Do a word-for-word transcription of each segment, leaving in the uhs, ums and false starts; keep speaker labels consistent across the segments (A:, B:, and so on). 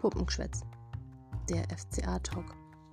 A: Puppengeschwätz, der F C A-Talk.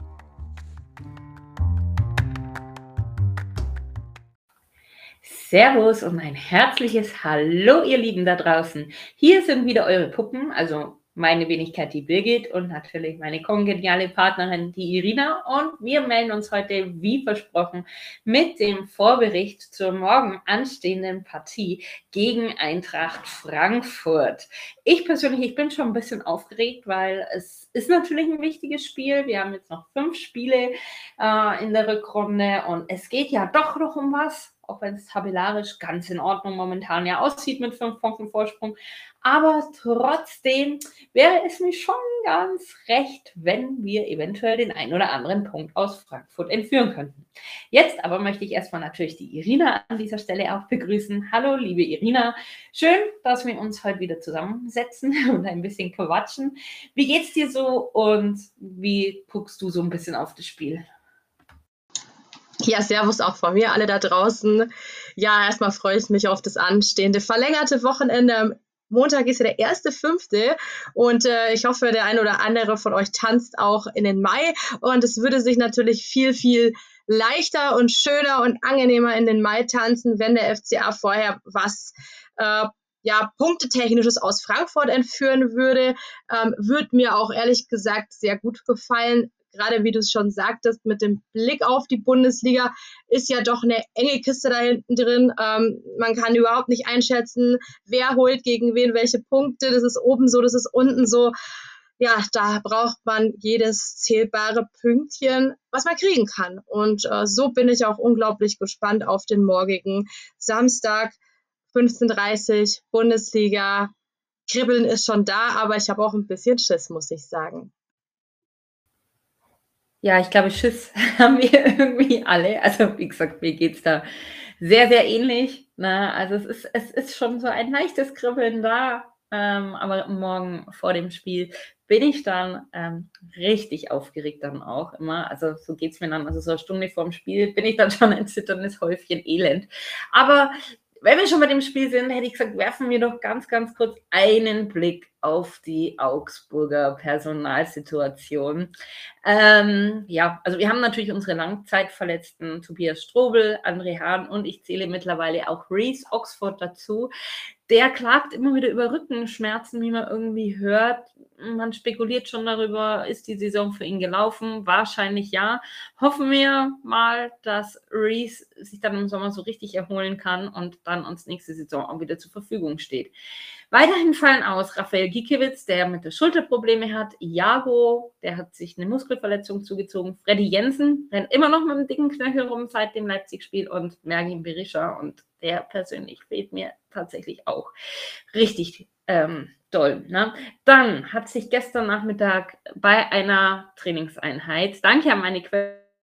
B: Servus und ein herzliches Hallo, ihr Lieben da draußen. Hier sind wieder eure Puppen, also meine Wenigkeit, die Birgit, und natürlich meine kongeniale Partnerin, die Irina. Und wir melden uns heute, wie versprochen, mit dem Vorbericht zur morgen anstehenden Partie gegen Eintracht Frankfurt. Ich persönlich, ich bin schon ein bisschen aufgeregt, weil es ist natürlich ein wichtiges Spiel. Wir haben jetzt noch fünf Spiele äh, in der Rückrunde und es geht ja doch noch um was, auch wenn es tabellarisch ganz in Ordnung momentan ja aussieht mit fünf Punkten Vorsprung. Aber trotzdem wäre es mir schon ganz recht, wenn wir eventuell den einen oder anderen Punkt aus Frankfurt entführen könnten. Jetzt aber möchte ich erstmal natürlich die Irina an dieser Stelle auch begrüßen. Hallo, liebe Irina. Schön, dass wir uns heute wieder zusammensetzen und ein bisschen quatschen. Wie geht's dir so und wie guckst du so ein bisschen auf das Spiel?
C: Ja, servus auch von mir, alle da draußen. Ja, erstmal freue ich mich auf das anstehende verlängerte Wochenende. Montag ist ja der erste Fünfte und äh, ich hoffe, der ein oder andere von euch tanzt auch in den Mai und es würde sich natürlich viel, viel leichter und schöner und angenehmer in den Mai tanzen, wenn der F C A vorher was äh, ja, Punktetechnisches aus Frankfurt entführen würde. Ähm, würde mir auch ehrlich gesagt sehr gut gefallen. Gerade wie du es schon sagtest, mit dem Blick auf die Bundesliga ist ja doch eine enge Kiste da hinten drin. Ähm, man kann überhaupt nicht einschätzen, wer holt gegen wen welche Punkte. Das ist oben so, das ist unten so. Ja, da braucht man jedes zählbare Pünktchen, was man kriegen kann. Und äh, so bin ich auch unglaublich gespannt auf den morgigen Samstag, fünfzehn Uhr dreißig, Bundesliga. Kribbeln ist schon da, aber ich habe auch ein bisschen Schiss, muss ich sagen.
B: Ja, ich glaube, Schiss haben wir irgendwie alle. Also wie gesagt, mir geht's da sehr, sehr ähnlich. Ne? Also es ist, es ist schon so ein leichtes Kribbeln da. Ähm, aber morgen vor dem Spiel bin ich dann ähm, richtig aufgeregt dann auch immer. Also so geht's mir dann. Also so eine Stunde vorm Spiel bin ich dann schon ein zitterndes Häufchen Elend. Aber wenn wir schon bei dem Spiel sind, hätte ich gesagt, werfen wir doch ganz, ganz kurz einen Blick auf die Augsburger Personalsituation. Ähm, ja, also wir haben natürlich unsere Langzeitverletzten Tobias Strobel, André Hahn und ich zähle mittlerweile auch Reece Oxford dazu. Der klagt immer wieder über Rückenschmerzen, wie man irgendwie hört. Man spekuliert schon darüber, ist die Saison für ihn gelaufen? Wahrscheinlich ja. Hoffen wir mal, dass Reece sich dann im Sommer so richtig erholen kann und dann uns nächste Saison auch wieder zur Verfügung steht. Weiterhin fallen aus Raphael Gikiewicz, der mit der Schulter Probleme hat, Iago, der hat sich eine Muskelverletzung zugezogen, Freddy Jensen rennt immer noch mit einem dicken Knöchel rum seit dem Leipzig-Spiel und Mergin Berisha, und der persönlich fehlt mir tatsächlich auch richtig ähm, doll. Ne? Dann hat sich gestern Nachmittag bei einer Trainingseinheit, danke an meine Quelle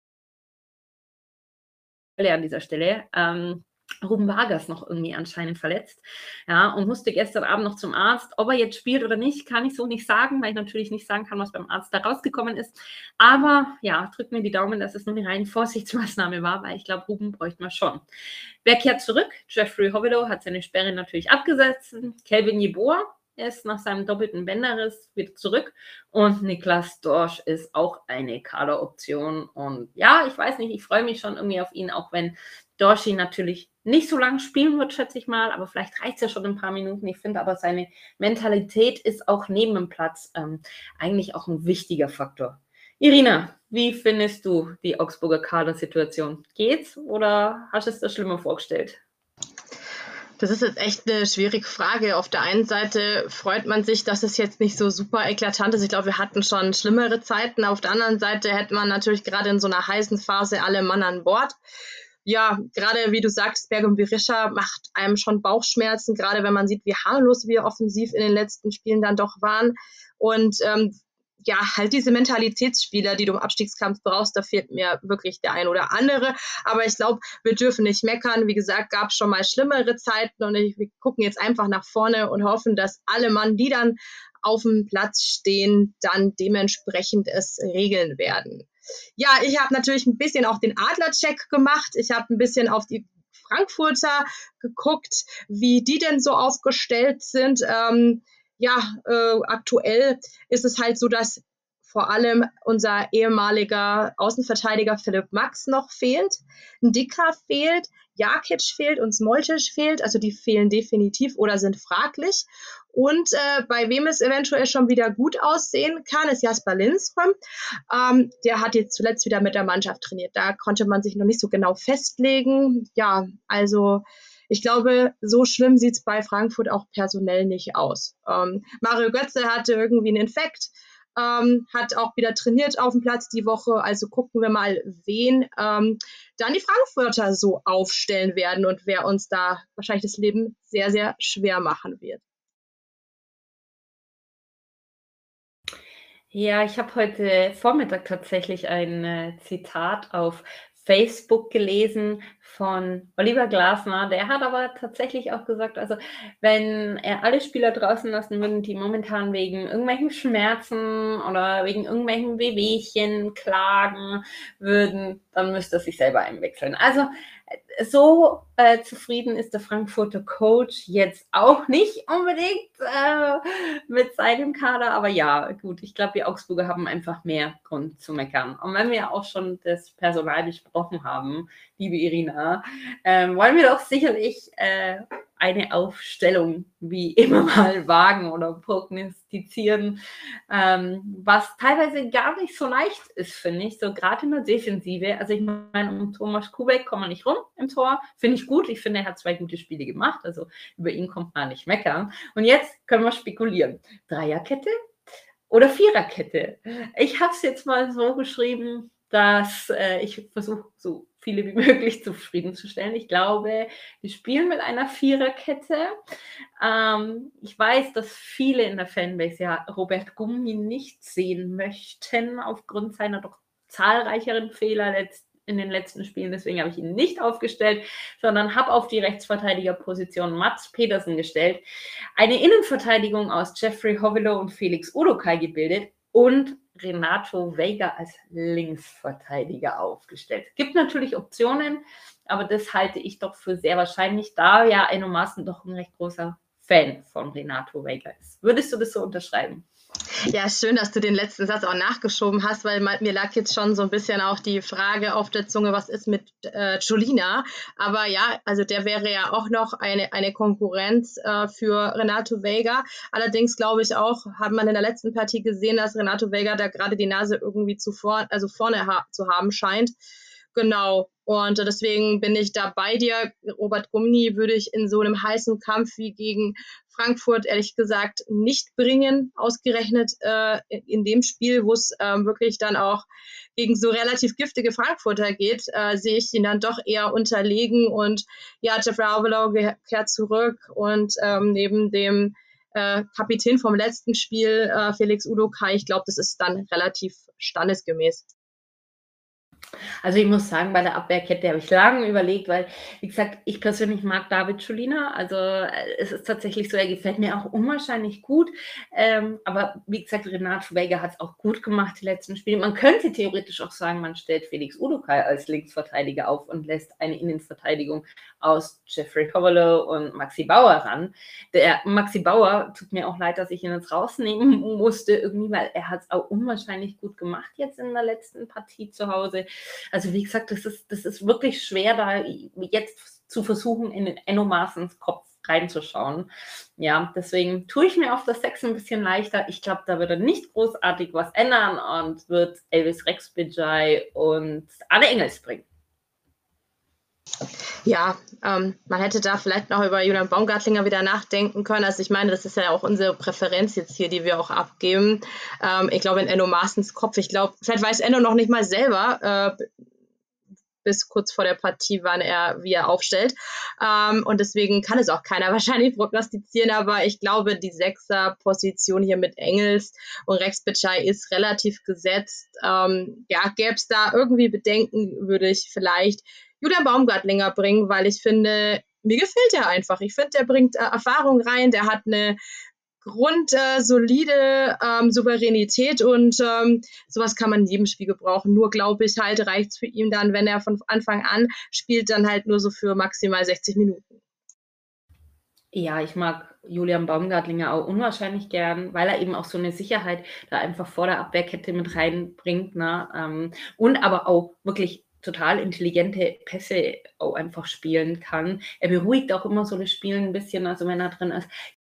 B: an dieser Stelle, ähm, Ruben Vargas noch irgendwie anscheinend verletzt, ja, und musste gestern Abend noch zum Arzt. Ob er jetzt spielt oder nicht, kann ich so nicht sagen, weil ich natürlich nicht sagen kann, was beim Arzt da rausgekommen ist. Aber ja, drückt mir die Daumen, dass es nur eine reine Vorsichtsmaßnahme war, weil ich glaube, Ruben bräuchte man schon. Wer kehrt zurück? Jeffrey Hovelow hat seine Sperre natürlich abgesetzt. Kelvin Jeboa ist nach seinem doppelten Bänderriss wieder zurück und Niklas Dorsch ist auch eine Kaderoption. Und ja, ich weiß nicht, ich freue mich schon irgendwie auf ihn, auch wenn Dorschi natürlich nicht so lange spielen wird, schätze ich mal, aber vielleicht reicht es ja schon ein paar Minuten. Ich finde aber, seine Mentalität ist auch neben dem Platz ähm, eigentlich auch ein wichtiger Faktor. Irina, wie findest du die Augsburger Kadersituation? Geht's oder hast du es dir schlimmer vorgestellt?
C: Das ist jetzt echt eine schwierige Frage. Auf der einen Seite freut man sich, dass es jetzt nicht so super eklatant ist. Ich glaube, wir hatten schon schlimmere Zeiten. Auf der anderen Seite hätte man natürlich gerade in so einer heißen Phase alle Mann an Bord. Ja, gerade wie du sagst, Mergin Berisha macht einem schon Bauchschmerzen, gerade wenn man sieht, wie harmlos wir offensiv in den letzten Spielen dann doch waren. Und ähm, ja, halt diese Mentalitätsspieler, die du im Abstiegskampf brauchst, da fehlt mir wirklich der ein oder andere. Aber ich glaube, wir dürfen nicht meckern. Wie gesagt, gab es schon mal schlimmere Zeiten und ich, wir gucken jetzt einfach nach vorne und hoffen, dass alle Mann, die dann auf dem Platz stehen, dann dementsprechend es regeln werden. Ja, ich habe natürlich ein bisschen auch den Adler-Check gemacht. Ich habe ein bisschen auf die Frankfurter geguckt, wie die denn so aufgestellt sind. Ähm, ja, äh, aktuell ist es halt so, dass vor allem unser ehemaliger Außenverteidiger Philipp Max noch fehlt, Ndicka fehlt, Jakic fehlt und Smolcic fehlt, also die fehlen definitiv oder sind fraglich. Und äh, bei wem es eventuell schon wieder gut aussehen kann, ist Jasper Lindström. Ähm, der hat jetzt zuletzt wieder mit der Mannschaft trainiert. Da konnte man sich noch nicht so genau festlegen. Ja, also ich glaube, so schlimm sieht es bei Frankfurt auch personell nicht aus. Ähm, Mario Götze hatte irgendwie einen Infekt, ähm, hat auch wieder trainiert auf dem Platz die Woche. Also gucken wir mal, wen ähm, dann die Frankfurter so aufstellen werden und wer uns da wahrscheinlich das Leben sehr, sehr schwer machen wird.
B: Ja, ich habe heute Vormittag tatsächlich ein äh, Zitat auf Facebook gelesen von Oliver Glasner. Der hat aber tatsächlich auch gesagt, also wenn er alle Spieler draußen lassen würde, die momentan wegen irgendwelchen Schmerzen oder wegen irgendwelchen Wehwehchen klagen würden, dann müsste er sich selber einwechseln. Also so äh, zufrieden ist der Frankfurter Coach jetzt auch nicht unbedingt äh, mit seinem Kader, aber ja, gut, ich glaube, die Augsburger haben einfach mehr Grund zu meckern. Und wenn wir auch schon das Personal besprochen haben, liebe Irina, äh, wollen wir doch sicherlich äh, eine Aufstellung wie immer mal wagen oder prognostizieren, ähm, was teilweise gar nicht so leicht ist, finde ich, so gerade in der Defensive. Also ich meine, um Thomas Kubek kommt man nicht rum im Tor, finde ich gut. Ich finde, er hat zwei gute Spiele gemacht, also über ihn kommt man nicht meckern. Und jetzt können wir spekulieren. Dreierkette oder Viererkette? Ich habe es jetzt mal so geschrieben, dass äh, ich versuche, so viele wie möglich zufriedenzustellen. Ich glaube, wir spielen mit einer Viererkette. Ähm, ich weiß, dass viele in der Fanbase ja Robert Gummi nicht sehen möchten, aufgrund seiner doch zahlreicheren Fehler letzt in den letzten Spielen. Deswegen habe ich ihn nicht aufgestellt, sondern habe auf die Rechtsverteidigerposition Mats Pedersen gestellt, eine Innenverteidigung aus Jeffrey Hovelo und Felix Udokai gebildet und Renato Veiga als Linksverteidiger aufgestellt. Es gibt natürlich Optionen, aber das halte ich doch für sehr wahrscheinlich, da ja Enno Maaßen doch ein recht großer Fan von Renato Veiga ist. Würdest du das so unterschreiben?
C: Ja, schön, dass du den letzten Satz auch nachgeschoben hast, weil mir lag jetzt schon so ein bisschen auch die Frage auf der Zunge, was ist mit äh, Giulina? Aber ja, also der wäre ja auch noch eine, eine Konkurrenz äh, für Renato Veiga. Allerdings glaube ich auch, hat man in der letzten Partie gesehen, dass Renato Veiga da gerade die Nase irgendwie zu vor, also vorne ha- zu haben scheint. Genau. Und deswegen bin ich da bei dir. Robert Gumni würde ich in so einem heißen Kampf wie gegen Frankfurt ehrlich gesagt nicht bringen, ausgerechnet äh, in dem Spiel, wo es ähm, wirklich dann auch gegen so relativ giftige Frankfurter geht, äh, sehe ich ihn dann doch eher unterlegen. Und ja, Jeffrey Hovelo kehrt zurück und ähm, neben dem äh, Kapitän vom letzten Spiel, äh, Felix Udokai, ich glaube, das ist dann relativ standesgemäß.
B: Also ich muss sagen, bei der Abwehrkette habe ich lange überlegt, weil, wie gesagt, ich persönlich mag David Giulina. Also äh, es ist tatsächlich so, er gefällt mir auch unwahrscheinlich gut. Ähm, aber wie gesagt, Renato Veiga hat es auch gut gemacht, die letzten Spiele. Man könnte theoretisch auch sagen, man stellt Felix Udokai als Linksverteidiger auf und lässt eine Innenverteidigung aus Jeffrey Hovelo und Maxi Bauer ran. Der Maxi Bauer, tut mir auch leid, dass ich ihn jetzt rausnehmen musste, irgendwie, weil er hat es auch unwahrscheinlich gut gemacht jetzt in der letzten Partie zu Hause. Also wie gesagt, das ist, das ist wirklich schwer, da jetzt zu versuchen, in den Enno Maaßens Kopf reinzuschauen. Ja, deswegen tue ich mir auf das Sechs ein bisschen leichter. Ich glaube, da wird er nicht großartig was ändern und wird Elvis Rexbejai und Anne Engels bringen.
C: Ja, ähm, man hätte da vielleicht noch über Julian Baumgartlinger wieder nachdenken können. Also ich meine, das ist ja auch unsere Präferenz jetzt hier, die wir auch abgeben. Ähm, ich glaube, in Enno Maaßens Kopf, ich glaube, vielleicht weiß Enno noch nicht mal selber, äh, bis kurz vor der Partie, wann er, wie er aufstellt. Ähm, und deswegen kann es auch keiner wahrscheinlich prognostizieren, aber ich glaube, die Sechser-Position hier mit Engels und Rex Bitschei ist relativ gesetzt. Ähm, ja, gäbe es da irgendwie Bedenken, würde ich vielleicht Julian Baumgartlinger bringen, weil ich finde, mir gefällt er einfach. Ich finde, der bringt äh, Erfahrung rein, der hat eine grundsolide äh, ähm, Souveränität und ähm, sowas kann man in jedem Spiel gebrauchen. Nur glaube ich halt, reicht es für ihn dann, wenn er von Anfang an spielt, dann halt nur so für maximal sechzig Minuten.
B: Ja, ich mag Julian Baumgartlinger auch unwahrscheinlich gern, weil er eben auch so 'ne Sicherheit da einfach vor der Abwehrkette mit reinbringt, ne? Ähm, und aber auch wirklich total intelligente Pässe auch einfach spielen kann. Er beruhigt auch immer so das Spiel 'n bisschen, also wenn er drin ist.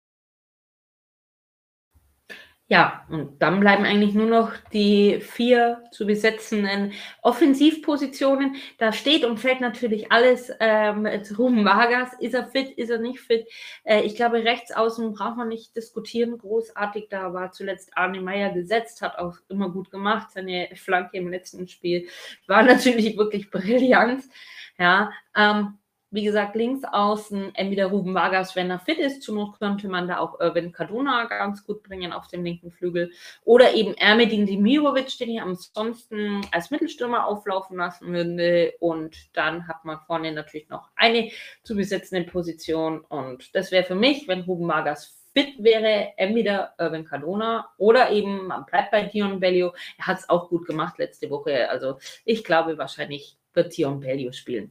B: Ja, und dann bleiben eigentlich nur noch die vier zu besetzenden Offensivpositionen. Da steht und fällt natürlich alles, ähm, mit Ruben Vargas. Ist er fit, ist er nicht fit? Äh, ich glaube, rechts außen braucht man nicht diskutieren großartig. Da war zuletzt Arne Meyer gesetzt, hat auch immer gut gemacht. Seine Flanke im letzten Spiel war natürlich wirklich brillant, ja. Ähm, wie gesagt, links außen entweder Ruben Vargas, wenn er fit ist. Zur Not könnte man da auch Erwin Cardona ganz gut bringen auf dem linken Flügel. Oder eben Ermedin Demirovic, den ich ansonsten als Mittelstürmer auflaufen lassen würde. Und dann hat man vorne natürlich noch eine zu besetzende Position. Und das wäre für mich, wenn Ruben Vargas fit wäre, entweder Erwin Cardona oder eben man bleibt bei Dion Bellio. Er hat es auch gut gemacht letzte Woche. Also ich glaube, wahrscheinlich wird Dion Bellio spielen.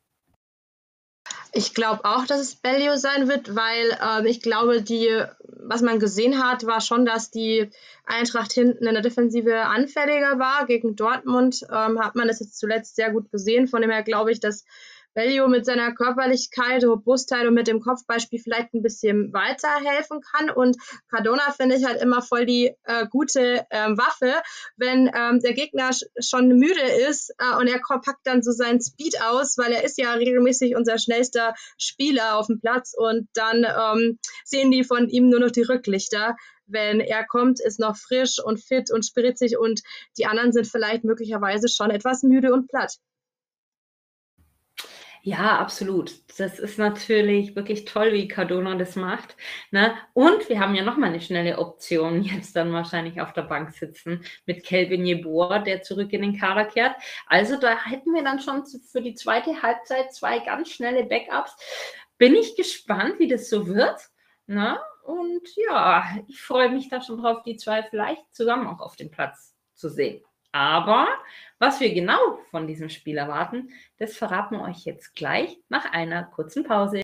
C: Ich glaube auch, dass es Bellio sein wird, weil äh, ich glaube, die, was man gesehen hat, war schon, dass die Eintracht hinten in der Defensive anfälliger war. Gegen Dortmund ähm, hat man das jetzt zuletzt sehr gut gesehen. Von dem her glaube ich, dass Bellio mit seiner Körperlichkeit, Robustheit und mit dem Kopfballspiel vielleicht ein bisschen weiterhelfen kann. Und Cardona finde ich halt immer voll die äh, gute ähm, Waffe, wenn ähm, der Gegner sch schon müde ist äh, und er packt dann so seinen Speed aus, weil er ist ja regelmäßig unser schnellster Spieler auf dem Platz und dann ähm, sehen die von ihm nur noch die Rücklichter. Wenn er kommt, ist noch frisch und fit und spritzig und die anderen sind vielleicht möglicherweise schon etwas müde und platt.
B: Ja, absolut. Das ist natürlich wirklich toll, wie Cardona das macht, ne? Und wir haben ja noch mal 'ne schnelle Option jetzt dann wahrscheinlich auf der Bank sitzen mit Kelvin Yeboah, der zurück in den Kader kehrt. Also, da hätten wir dann schon z für die zweite Halbzeit zwei ganz schnelle Backups. Bin ich gespannt, wie das so wird, ne? Und ja, ich freue mich da schon drauf, die zwei vielleicht zusammen auch auf dem Platz zu sehen. Aber was wir genau von diesem Spiel erwarten, das verraten wir euch jetzt gleich nach einer kurzen Pause.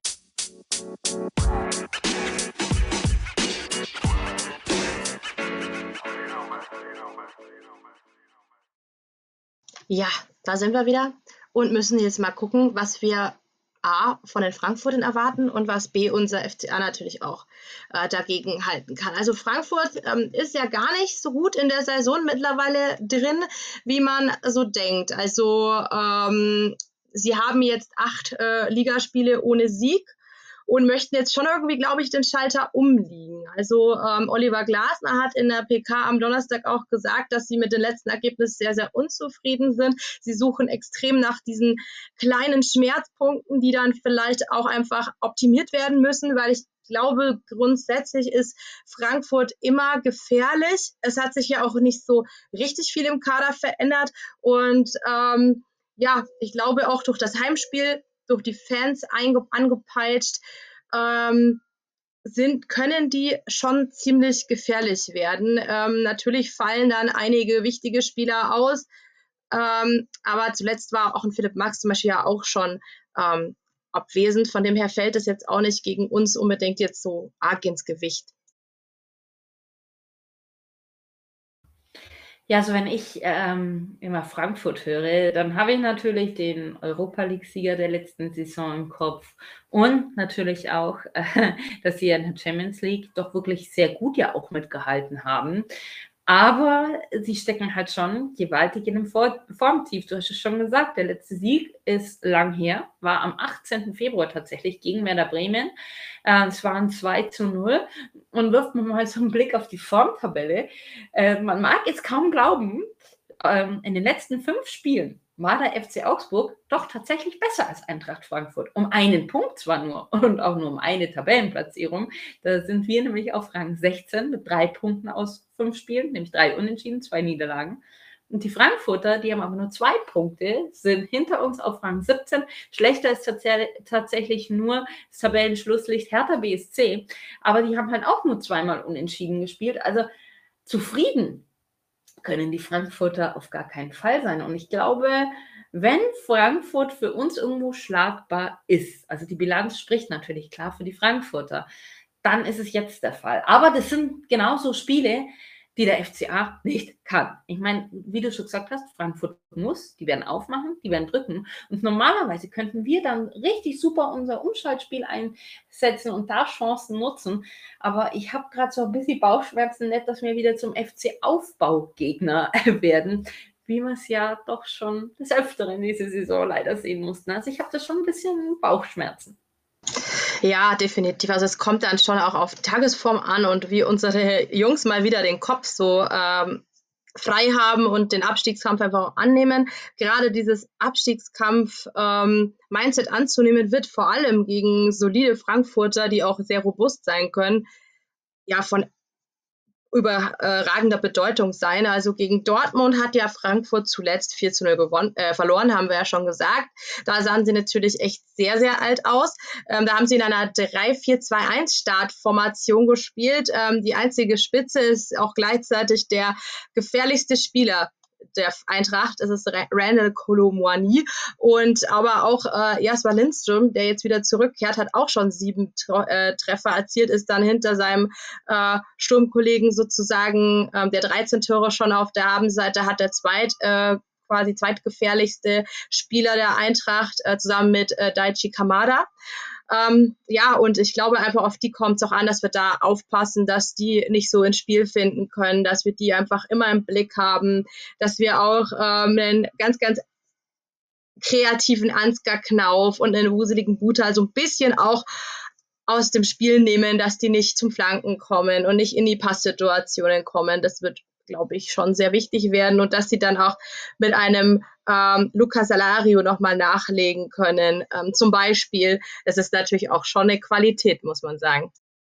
C: Ja, da sind wir wieder und müssen jetzt mal gucken, was wir A von den Frankfurtern erwarten und was B unser F C A natürlich auch äh, dagegen halten kann. Also Frankfurt ähm, ist ja gar nicht so gut in der Saison mittlerweile drin, wie man so denkt. Also ähm, sie haben jetzt acht äh, Ligaspiele ohne Sieg und möchten jetzt schon irgendwie, glaube ich, den Schalter umlegen. Also ähm, Oliver Glasner hat in der P K am Donnerstag auch gesagt, dass sie mit den letzten Ergebnissen sehr, sehr unzufrieden sind. Sie suchen extrem nach diesen kleinen Schmerzpunkten, die dann vielleicht auch einfach optimiert werden müssen, weil ich glaube, grundsätzlich ist Frankfurt immer gefährlich. Es hat sich ja auch nicht so richtig viel im Kader verändert und ähm, ja, ich glaube auch durch das Heimspiel, durch die Fans einge- angepeitscht, ähm, sind, können die schon ziemlich gefährlich werden. Ähm, natürlich fallen dann einige wichtige Spieler aus, ähm, aber zuletzt war auch ein Philipp Max zum Beispiel ja auch schon ähm, abwesend. Von dem her fällt es jetzt auch nicht gegen uns unbedingt jetzt so arg ins Gewicht.
B: Ja, also wenn ich ähm, immer Frankfurt höre, dann habe ich natürlich den Europa-League-Sieger der letzten Saison im Kopf und natürlich auch, äh, dass sie ja in der Champions League doch wirklich sehr gut ja auch mitgehalten haben. Aber sie stecken halt schon gewaltig in 'nem Vor Formtief. Du hast es schon gesagt, der letzte Sieg ist lang her, war am achtzehnten Februar tatsächlich gegen Werder Bremen. Äh, es waren zwei zu null und wirft man mal so 'n Blick auf die Formtabelle. Äh, man mag es kaum glauben, ähm, in den letzten fünf Spielen war der F C Augsburg doch tatsächlich besser als Eintracht Frankfurt. Um einen Punkt zwar nur und auch nur um eine Tabellenplatzierung. Da sind wir nämlich auf Rang sechzehn mit drei Punkten aus fünf Spielen, nämlich drei Unentschieden, zwei Niederlagen. Und die Frankfurter, die haben aber nur zwei Punkte, sind hinter uns auf Rang siebzehn. Schlechter ist tats tatsächlich nur das Tabellenschlusslicht Hertha B S C. Aber die haben halt auch nur zweimal unentschieden gespielt. Also zufrieden können die Frankfurter auf gar keinen Fall sein. Und ich glaube, wenn Frankfurt für uns irgendwo schlagbar ist, also die Bilanz spricht natürlich klar für die Frankfurter, dann ist es jetzt der Fall. Aber das sind genauso Spiele, die der F C A nicht kann. Ich meine, wie du schon gesagt hast, Frankfurt muss, die werden aufmachen, die werden drücken. Und normalerweise könnten wir dann richtig super unser Umschaltspiel einsetzen und da Chancen nutzen. Aber ich habe gerade so ein bisschen Bauchschmerzen, nicht, dass wir wieder zum F C-Aufbaugegner werden, wie wir es ja doch schon des Öfteren diese Saison leider sehen mussten. Also ich habe da schon ein bisschen Bauchschmerzen.
C: Ja, definitiv. Also es kommt dann schon auch auf Tagesform an und wie unsere Jungs mal wieder den Kopf so ähm, frei haben und den Abstiegskampf einfach auch annehmen. Gerade dieses Abstiegskampf-Mindset ähm, anzunehmen, wird vor allem gegen solide Frankfurter, die auch sehr robust sein können, ja von überragender Bedeutung sein. Also gegen Dortmund hat ja Frankfurt zuletzt vier zu null gewonnen, äh, verloren, haben wir ja schon gesagt. Da sahen sie natürlich echt sehr, sehr alt aus. Ähm, da haben sie in einer drei vier zwei eins Startformation gespielt. Ähm, die einzige Spitze ist auch gleichzeitig der gefährlichste Spieler der Eintracht, es ist Randall Kolo Muani und aber auch äh, Jasper Lindström, der jetzt wieder zurückkehrt, hat auch schon sieben Tre- äh, Treffer erzielt, ist dann hinter seinem äh, Sturmkollegen sozusagen, äh, der dreizehn Tore schon auf der Habenseite hat, der zweit äh, quasi zweitgefährlichste Spieler der Eintracht, äh, zusammen mit äh, Daichi Kamada. Ähm, ja, und ich glaube einfach, auf die kommt es auch an, dass wir da aufpassen, dass die nicht so ins Spiel finden können, dass wir die einfach immer im Blick haben, dass wir auch ähm, einen ganz, ganz kreativen Ansgar Knauf und einen wuseligen Buta so ein bisschen auch aus dem Spiel nehmen, dass die nicht zum Flanken kommen und nicht in die Passsituationen kommen. Das wird, glaube ich, schon sehr wichtig werden und dass sie dann auch mit einem ähm, Luca Salario nochmal nachlegen können. Ähm, zum Beispiel, das ist natürlich auch schon eine Qualität, muss man sagen.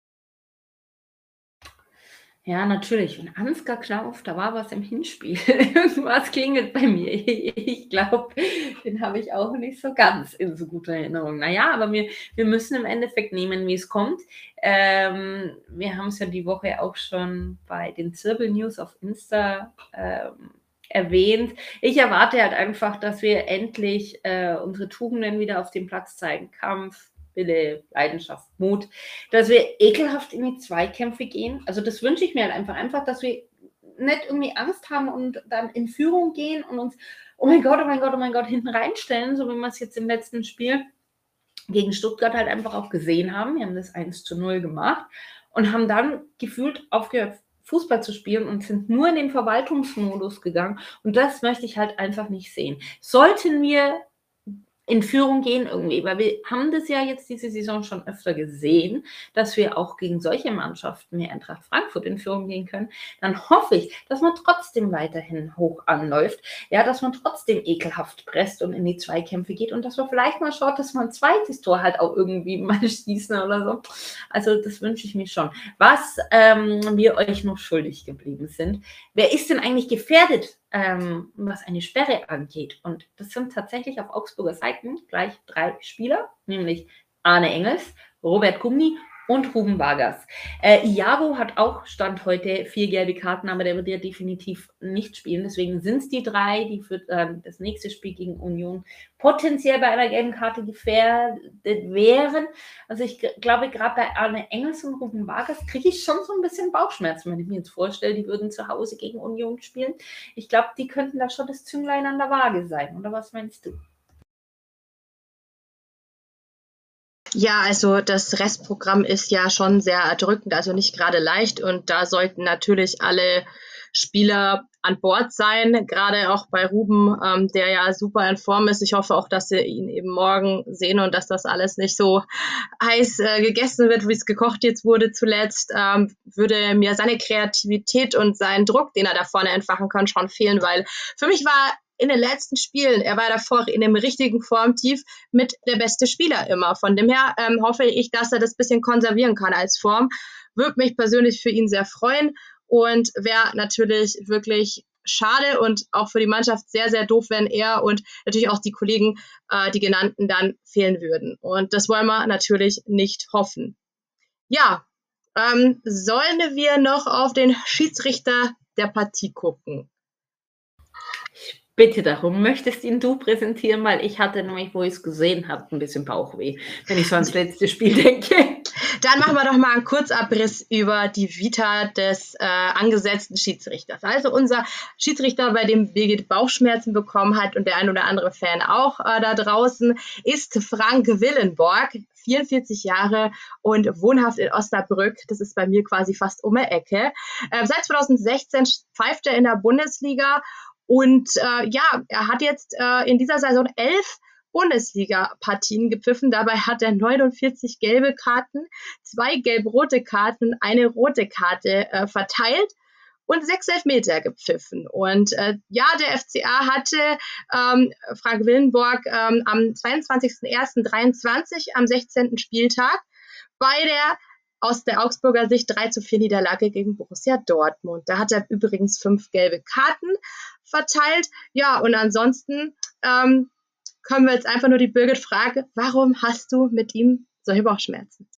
B: Ja, natürlich. Und Ansgar Knauf, da war was im Hinspiel. Irgendwas klingelt bei mir. Ich glaube, den habe ich auch nicht so ganz in so guter Erinnerung. Naja, aber wir, wir müssen im Endeffekt nehmen, wie es kommt. Ähm, wir haben es ja die Woche auch schon bei den Zirbel News auf Insta ähm, erwähnt. Ich erwarte halt einfach, dass wir endlich äh, unsere Tugenden wieder auf dem Platz zeigen. Kampf, Wille, Leidenschaft, Mut, dass wir ekelhaft in die Zweikämpfe gehen. Also das wünsche ich mir halt einfach, einfach, dass wir nicht irgendwie Angst haben und dann in Führung gehen und uns, oh mein Gott, oh mein Gott, oh mein Gott, hinten reinstellen, so wie wir es jetzt im letzten Spiel gegen Stuttgart halt einfach auch gesehen haben. Wir haben das eins zu null gemacht und haben dann gefühlt aufgehört, Fußball zu spielen und sind nur in den Verwaltungsmodus gegangen. Und das möchte ich halt einfach nicht sehen. Sollten wir in Führung gehen irgendwie, weil wir haben das ja jetzt diese Saison schon öfter gesehen, dass wir auch gegen solche Mannschaften wie Eintracht Frankfurt in Führung gehen können, dann hoffe ich, dass man trotzdem weiterhin hoch anläuft, ja, dass man trotzdem ekelhaft presst und in die Zweikämpfe geht und dass man vielleicht mal schaut, dass man ein zweites Tor halt auch irgendwie mal schießen oder so. Also das wünsche ich mir schon. Was ähm, wir euch noch schuldig geblieben sind, wer ist denn eigentlich gefährdet, ähm, was eine Sperre angeht? Und das sind tatsächlich auf Augsburger Seiten gleich drei Spieler, nämlich Arne Engels, Robert Gumni und Ruben Vargas. Äh, Iago hat auch Stand heute vier gelbe Karten, aber der wird ja definitiv nicht spielen. Deswegen sind es die drei, die für äh, das nächste Spiel gegen Union potenziell bei einer gelben Karte gefährdet wären. Also ich g- glaube, gerade bei Arne Engels und Ruben Vargas kriege ich schon so ein bisschen Bauchschmerzen, wenn ich mir jetzt vorstelle, die würden zu Hause gegen Union spielen. Ich glaube, die könnten da schon das Zünglein an der Waage sein. Oder was meinst du?
C: Ja, also das Restprogramm ist ja schon sehr erdrückend, also nicht gerade leicht und da sollten natürlich alle Spieler an Bord sein, gerade auch bei Ruben, ähm, der ja super in Form ist. Ich hoffe auch, dass wir ihn eben morgen sehen und dass das alles nicht so heiß äh, gegessen wird, wie es gekocht jetzt wurde zuletzt. Ähm, würde mir seine Kreativität und sein Druck, den er da vorne entfachen kann, schon fehlen, weil für mich war in den letzten Spielen, er war davor in dem richtigen Formtief mit der beste Spieler immer. Von dem her ähm, hoffe ich, dass er das bisschen konservieren kann als Form. Würde mich persönlich für ihn sehr freuen und wäre natürlich wirklich schade und auch für die Mannschaft sehr, sehr doof, wenn er und natürlich auch die Kollegen, äh, die genannten, dann fehlen würden. Und das wollen wir natürlich nicht hoffen. Ja, ähm, sollen wir noch auf den Schiedsrichter der Partie gucken?
B: bitte darum, möchtest ihn du präsentieren, weil ich hatte nämlich, wo ich es gesehen habe, ein bisschen Bauchweh, wenn ich so ans letzte Spiel denke.
C: Dann machen wir doch mal einen Kurzabriss über die Vita des äh, angesetzten Schiedsrichters. Also unser Schiedsrichter, bei dem Birgit Bauchschmerzen bekommen hat und der ein oder andere Fan auch äh, da draußen, ist Frank Willenborg, vierundvierzig Jahre und wohnhaft in Osnabrück. Das ist bei mir quasi fast um die Ecke. Äh, seit zweitausendsechzehn pfeift er in der Bundesliga und äh, ja, er hat jetzt äh, in dieser Saison elf Bundesliga-Partien gepfiffen. Dabei hat er neunundvierzig gelbe Karten, zwei gelb-rote Karten, eine rote Karte äh, verteilt und sechs Elfmeter gepfiffen. Und äh, ja, der F C A hatte ähm, Frank Willenborg ähm, am zweiundzwanzigsten ersten dreiundzwanzig am sechzehnten Spieltag bei der aus der Augsburger Sicht drei zu vier Niederlage gegen Borussia Dortmund. Da hat er übrigens fünf gelbe Karten verteilt. Ja, und ansonsten ähm, können wir jetzt einfach nur die Birgit fragen, warum hast du mit ihm solche Bauchschmerzen?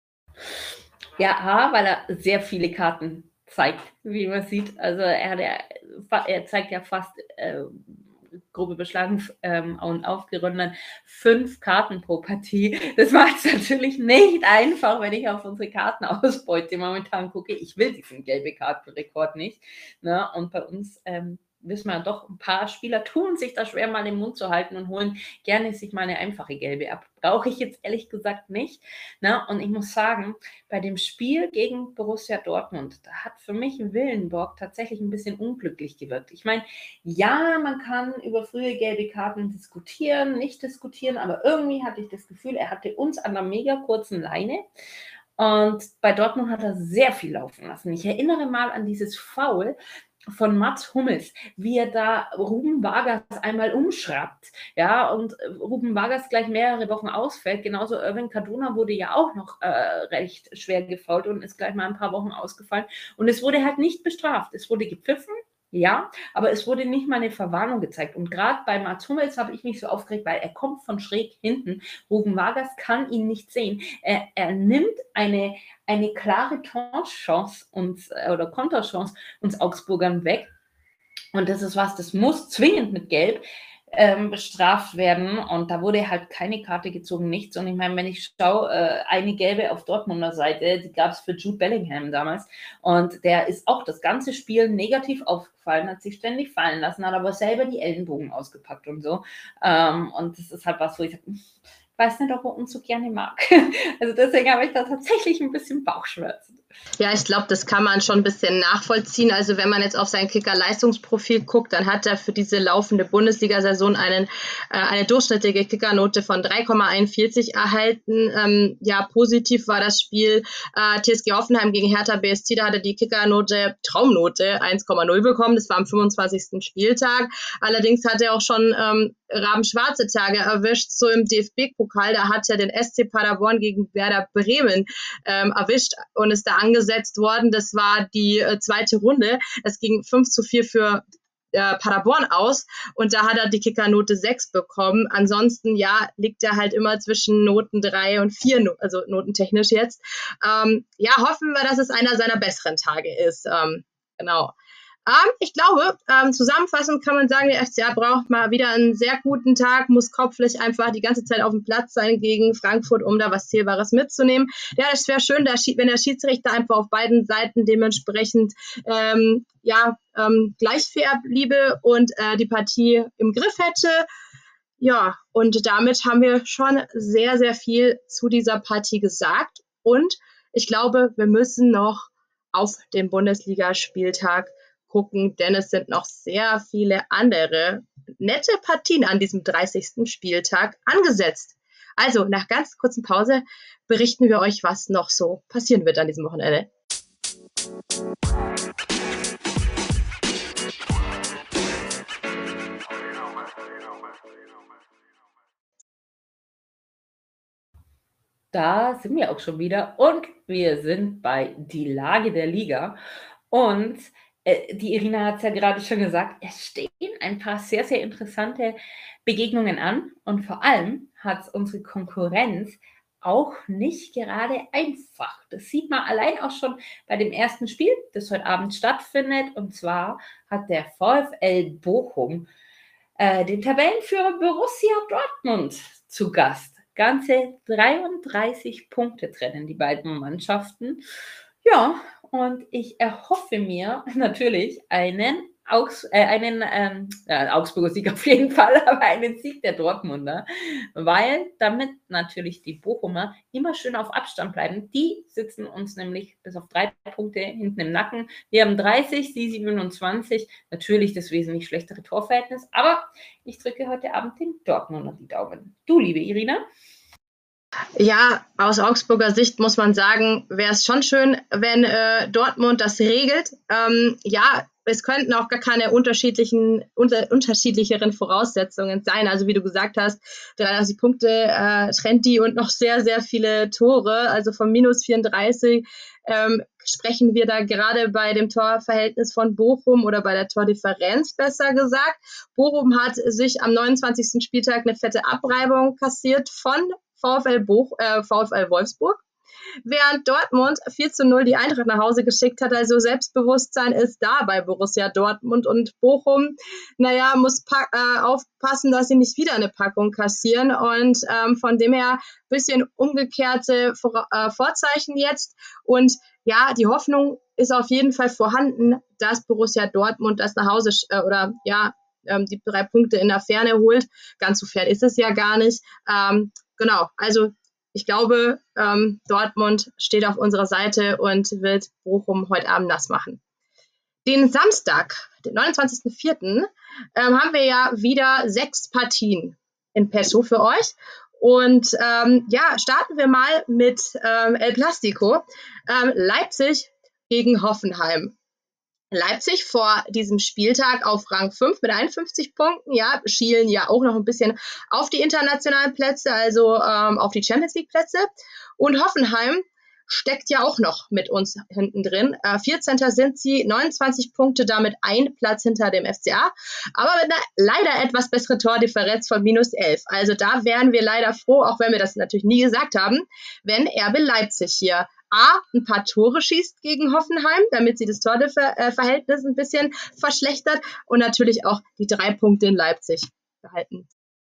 B: Ja, A, weil er sehr viele Karten zeigt, wie man sieht. Also er, hat ja, er zeigt ja fast äh, grobe Beschlagen ähm, und aufgerundet fünf Karten pro Partie. Das macht es natürlich nicht einfach, wenn ich auf unsere Kartenausbeute momentan gucke. Ich will diesen gelbe Kartenrekord nicht. Ne? Und bei uns ähm, wissen wir doch, ein paar Spieler tun sich da schwer, mal den Mund zu halten und holen gerne sich mal eine einfache gelbe ab. Brauche ich jetzt ehrlich gesagt nicht. Ne? Und ich muss sagen, bei dem Spiel gegen Borussia Dortmund, da hat für mich Willenborg tatsächlich ein bisschen unglücklich gewirkt. Ich meine, ja, man kann über frühe gelbe Karten diskutieren, nicht diskutieren, aber irgendwie hatte ich das Gefühl, er hatte uns an einer mega kurzen Leine. Und bei Dortmund hat er sehr viel laufen lassen. Ich erinnere mal an dieses Foul von Mats Hummels, wie er da Ruben Vargas einmal umschraubt, ja, und Ruben Vargas gleich mehrere Wochen ausfällt. Genauso Erwin Cardona wurde ja auch noch äh, recht schwer gefoult und ist gleich mal ein paar Wochen ausgefallen. Und es wurde halt nicht bestraft. Es wurde gepfiffen, ja, aber es wurde nicht mal eine Verwarnung gezeigt. Und gerade bei Mats Hummels habe ich mich so aufgeregt, weil er kommt von schräg hinten. Ruben Vargas kann ihn nicht sehen. Er, er nimmt eine, eine klare Torchance uns, oder Konterchance uns Augsburgern weg. Und das ist was, das muss zwingend mit Gelb ähm, bestraft werden. Und da wurde halt keine Karte gezogen, nichts. Und ich meine, wenn ich schaue, äh, eine gelbe auf Dortmunder Seite, die gab es für Jude Bellingham damals. Und der ist auch das ganze Spiel negativ aufgefallen, hat sich ständig fallen lassen, hat aber selber die Ellenbogen ausgepackt und so. Ähm, und das ist halt was, wo ich sage, ich weiß nicht, ob er uns so gerne mag. Also deswegen habe ich da tatsächlich ein bisschen Bauchschmerzen.
C: Ja, ich glaube, das kann man schon ein bisschen nachvollziehen. Also wenn man jetzt auf sein Kicker-Leistungsprofil guckt, dann hat er für diese laufende Bundesliga-Saison einen, äh, eine durchschnittliche Kickernote von drei Komma einundvierzig erhalten. Ähm, ja, positiv war das Spiel äh, T S G Hoffenheim gegen Hertha B S C. Da hat er die Kickernote, Traumnote eins Komma null bekommen. Das war am fünfundzwanzigsten Spieltag. Allerdings hat er auch schon ähm, rabenschwarze Tage erwischt, so im D F B-Pokal. Da hat er den S C Paderborn gegen Werder Bremen ähm, erwischt und ist da angesetzt worden. Das war die äh, zweite Runde. Es ging fünf zu vier für äh, Paderborn aus und da hat er die Kickernote sechs bekommen. Ansonsten, ja, liegt er halt immer zwischen Noten drei und vier, also notentechnisch jetzt. Ähm, ja, hoffen wir, dass es einer seiner besseren Tage ist. Ähm, genau. Ähm, ich glaube, ähm, zusammenfassend kann man sagen, der F C A braucht mal wieder einen sehr guten Tag, muss kopflich einfach die ganze Zeit auf dem Platz sein gegen Frankfurt, um da was Zählbares mitzunehmen. Ja, es wäre schön, wenn der Schiedsrichter einfach auf beiden Seiten dementsprechend ähm, ja, ähm, gleich fair bliebe und äh, die Partie im Griff hätte. Ja, und damit haben wir schon sehr, sehr viel zu dieser Partie gesagt. Und ich glaube, wir müssen noch auf den Bundesligaspieltag gucken, denn es sind noch sehr viele andere nette Partien an diesem dreißigsten Spieltag angesetzt. Also nach ganz kurzen Pause berichten wir euch, was noch so passieren wird an diesem Wochenende.
B: Da sind wir auch schon wieder und wir sind bei die Lage der Liga. Und äh, die Irina hat es ja gerade schon gesagt, es stehen ein paar sehr, sehr interessante Begegnungen an. Und vor allem hat unsere Konkurrenz auch nicht gerade einfach. Das sieht man allein auch schon bei dem ersten Spiel, das heute Abend stattfindet. Und zwar hat der VfL Bochum äh, den Tabellenführer Borussia Dortmund zu Gast. Ganze dreiunddreißig Punkte trennen die beiden Mannschaften. Ja, und ich erhoffe mir natürlich einen, Augs äh, einen ähm, äh, Augsburger Sieg auf jeden Fall, aber einen Sieg der Dortmunder, weil damit natürlich die Bochumer immer schön auf Abstand bleiben. Die sitzen uns nämlich bis auf drei Punkte hinten im Nacken. Wir haben dreißig, sie siebenundzwanzig. Natürlich das wesentlich schlechtere Torverhältnis, aber ich drücke heute Abend den Dortmunder die Daumen. Du, liebe Irina?
C: Ja, aus Augsburger Sicht muss man sagen, wäre es schon schön, wenn äh, Dortmund das regelt. Ähm, ja, es könnten auch gar keine unterschiedlichen, unter, unterschiedlicheren Voraussetzungen sein. Also wie du gesagt hast, dreiunddreißig Punkte äh, trennt die und noch sehr, sehr viele Tore. Also von minus vierunddreißig ähm, sprechen wir da gerade bei dem Torverhältnis von Bochum oder bei der Tordifferenz besser gesagt. Bochum hat sich am neunundzwanzigsten Spieltag eine fette Abreibung kassiert von VfL, Boch, äh, VfL Wolfsburg, während Dortmund vier zu null die Eintracht nach Hause geschickt hat. Also Selbstbewusstsein ist da bei Borussia Dortmund, und Bochum, naja, muss äh, aufpassen, dass sie nicht wieder eine Packung kassieren, und ähm, von dem her ein bisschen umgekehrte Vor äh, Vorzeichen jetzt, und ja, die Hoffnung ist auf jeden Fall vorhanden, dass Borussia Dortmund das nach Hause äh, oder ja, ähm, die drei Punkte in der Ferne holt. Ganz so fern ist es ja gar nicht. Ähm, Genau, also ich glaube, ähm, Dortmund steht auf unserer Seite und wird Bochum heute Abend nass machen. Den Samstag, den neunundzwanzigsten vierten Ähm, haben wir ja wieder sechs Partien in petto für euch. Und ähm, ja, starten wir mal mit ähm, El Plastico. Ähm, Leipzig gegen Hoffenheim. Leipzig vor diesem Spieltag auf Rang fünf mit einundfünfzig Punkten, ja, schielen ja auch noch ein bisschen auf die internationalen Plätze, also ähm, auf die Champions League Plätze. Und Hoffenheim steckt ja auch noch mit uns hinten drin. Äh, vierzehnter sind sie, neunundzwanzig Punkte, damit ein Platz hinter dem F C A, aber mit einer leider etwas besseren Tordifferenz von minus elf. Also da wären wir leider froh, auch wenn wir das natürlich nie gesagt haben, wenn R B Leipzig hier A, ein paar Tore schießt gegen Hoffenheim, damit sie das Torverhältnis ein bisschen verschlechtert, und natürlich auch die drei Punkte in Leipzig behalten.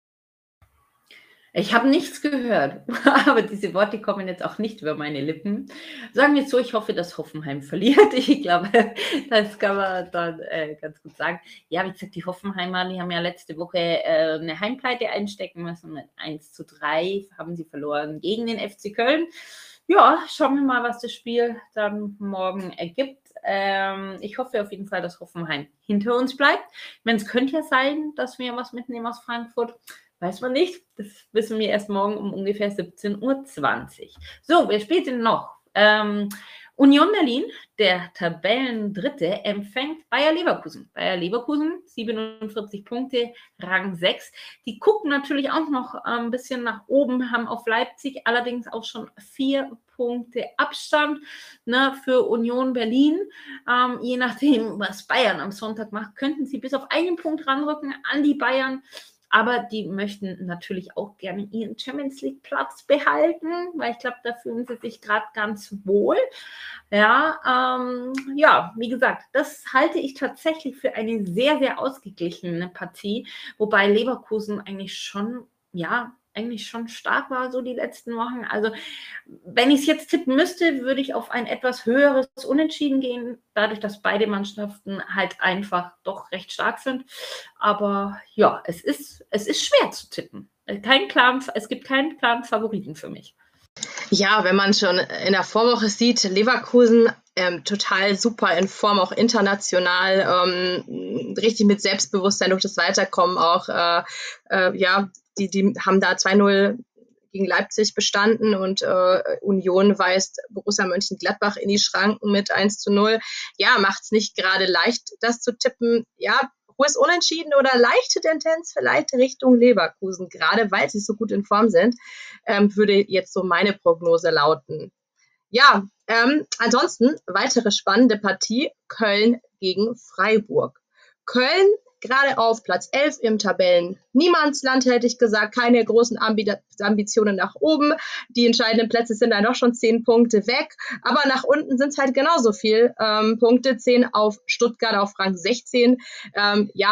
B: Ich habe nichts gehört, aber diese Worte kommen jetzt auch nicht über meine Lippen. Sagen wir es so, ich hoffe, dass Hoffenheim verliert. Ich glaube, das kann man dann äh, ganz gut sagen. Ja, wie gesagt, die Hoffenheimer, die haben ja letzte Woche äh, eine Heimpleite einstecken müssen. Mit eins zu drei haben sie verloren gegen den F C Köln. Ja, schauen wir mal, was das Spiel dann morgen ergibt. Ähm, ich hoffe auf jeden Fall, dass Hoffenheim hinter uns bleibt. Es könnte ja sein, dass wir was mitnehmen aus Frankfurt. Weiß man nicht. Das wissen wir erst morgen um ungefähr siebzehn Uhr zwanzig. So, wer spielt denn noch? Ähm, Union Berlin, der Tabellendritte, empfängt Bayer Leverkusen. Bayer Leverkusen, siebenundvierzig Punkte, Rang sechs. Die gucken natürlich auch noch ein bisschen nach oben, haben auf Leipzig allerdings auch schon vier Punkte Abstand, ne, für Union Berlin. Ähm, je nachdem, was Bayern am Sonntag macht, könnten sie bis auf einen Punkt ranrücken an die Bayern. Aber die möchten natürlich auch gerne ihren Champions League Platz behalten, weil ich glaube, da fühlen sie sich gerade ganz wohl. Ja, ähm, ja, wie gesagt, das halte ich tatsächlich für eine sehr, sehr ausgeglichene Partie, wobei Leverkusen eigentlich schon, ja, eigentlich schon stark war, so die letzten Wochen. Also, wenn ich es jetzt tippen müsste, würde ich auf ein etwas höheres Unentschieden gehen, dadurch, dass beide Mannschaften halt einfach doch recht stark sind. Aber ja, es ist, es ist schwer zu tippen. Kein klaren, es gibt keinen klaren Favoriten für mich.
C: Ja, wenn man schon in der Vorwoche sieht, Leverkusen ähm, total super in Form, auch international, ähm, richtig mit Selbstbewusstsein durch das Weiterkommen auch, äh, äh, ja, die, die haben da zwei null gegen Leipzig bestanden, und äh, Union weist Borussia Mönchengladbach in die Schranken mit eins zu null. Ja, macht es nicht gerade leicht, das zu tippen. Ja, hohes Unentschieden oder leichte Tendenz vielleicht Richtung Leverkusen, gerade weil sie so gut in Form sind, ähm, würde jetzt so meine Prognose lauten. Ja, ähm, ansonsten weitere spannende Partie, Köln gegen Freiburg. Köln gerade auf Platz elf im Tabellen-Niemandsland, hätte ich gesagt, keine großen Ambi- Ambitionen nach oben. Die entscheidenden Plätze sind dann doch schon zehn Punkte weg, aber nach unten sind es halt genauso viel ähm, Punkte, zehn auf Stuttgart auf Rang sechzehn. Ähm, ja,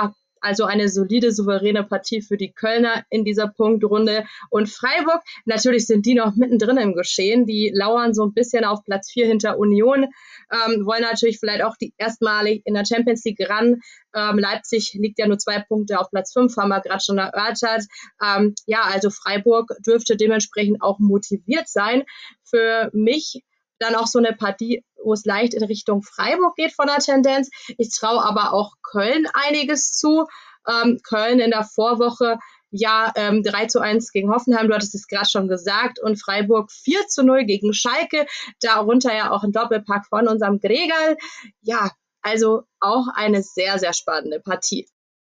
C: Also eine solide, souveräne Partie für die Kölner in dieser Punktrunde. Und Freiburg, natürlich sind die noch mittendrin im Geschehen. Die lauern so ein bisschen auf Platz vier hinter Union, ähm, wollen natürlich vielleicht auch die erstmalig in der Champions League ran. Ähm, Leipzig liegt ja nur zwei Punkte auf Platz fünf, haben wir gerade schon erörtert. Ähm, ja, also Freiburg dürfte dementsprechend auch motiviert sein. Für mich dann auch so eine Partie, wo es leicht in Richtung Freiburg geht von der Tendenz. Ich traue aber auch Köln einiges zu. Ähm, Köln in der Vorwoche ja ähm, drei zu eins gegen Hoffenheim, du hattest es gerade schon gesagt, und Freiburg vier zu null gegen Schalke, darunter ja auch ein Doppelpack von unserem Gregal. Ja, also auch eine sehr, sehr spannende Partie.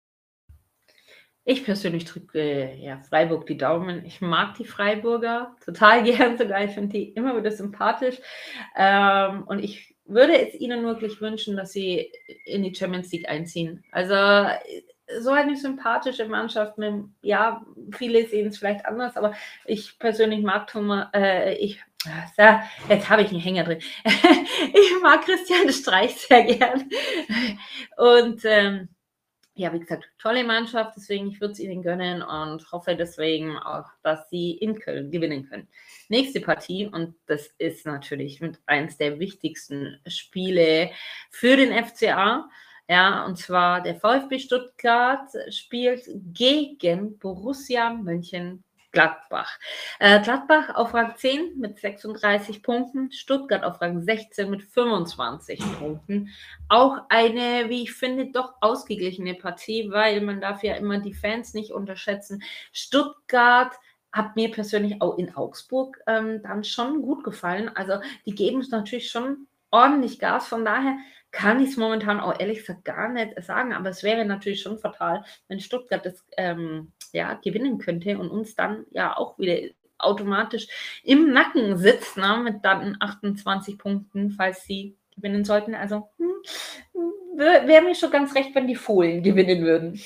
B: Ich persönlich drücke ja, Freiburg die Daumen. Ich mag die Freiburger total gern sogar. Ich finde die immer wieder sympathisch. Ähm, und ich würde es ihnen wirklich wünschen, dass sie in die Champions League einziehen. Also so eine sympathische Mannschaft. Mit, ja, viele sehen es vielleicht anders, aber ich persönlich mag Thomas, äh, ich, ja, jetzt habe ich einen Hänger drin. Ich mag Christian Streich sehr gern. Und ähm, ja, wie gesagt, tolle Mannschaft, deswegen ich würde es ihnen gönnen und hoffe deswegen auch, dass sie in Köln gewinnen können. Nächste Partie, und das ist natürlich mit eins der wichtigsten Spiele für den F C A. Ja, und zwar der VfB Stuttgart spielt gegen Borussia Mönchengladbach. Äh, Gladbach auf Rang zehn mit sechsunddreißig Punkten, Stuttgart auf Rang sechzehn mit fünfundzwanzig Punkten. Auch eine, wie ich finde, doch ausgeglichene Partie, weil man darf ja immer die Fans nicht unterschätzen. Stuttgart hat mir persönlich auch in Augsburg ähm, dann schon gut gefallen. Also die geben es natürlich schon ordentlich Gas. Von daher kann ich es momentan auch ehrlich gesagt gar nicht sagen. Aber es wäre natürlich schon fatal, wenn Stuttgart das ähm, ja, gewinnen könnte und uns dann ja auch wieder automatisch im Nacken sitzt, ne, mit dann achtundzwanzig Punkten, falls sie gewinnen sollten. Also hm, wäre mir schon ganz recht, wenn die Fohlen gewinnen würden.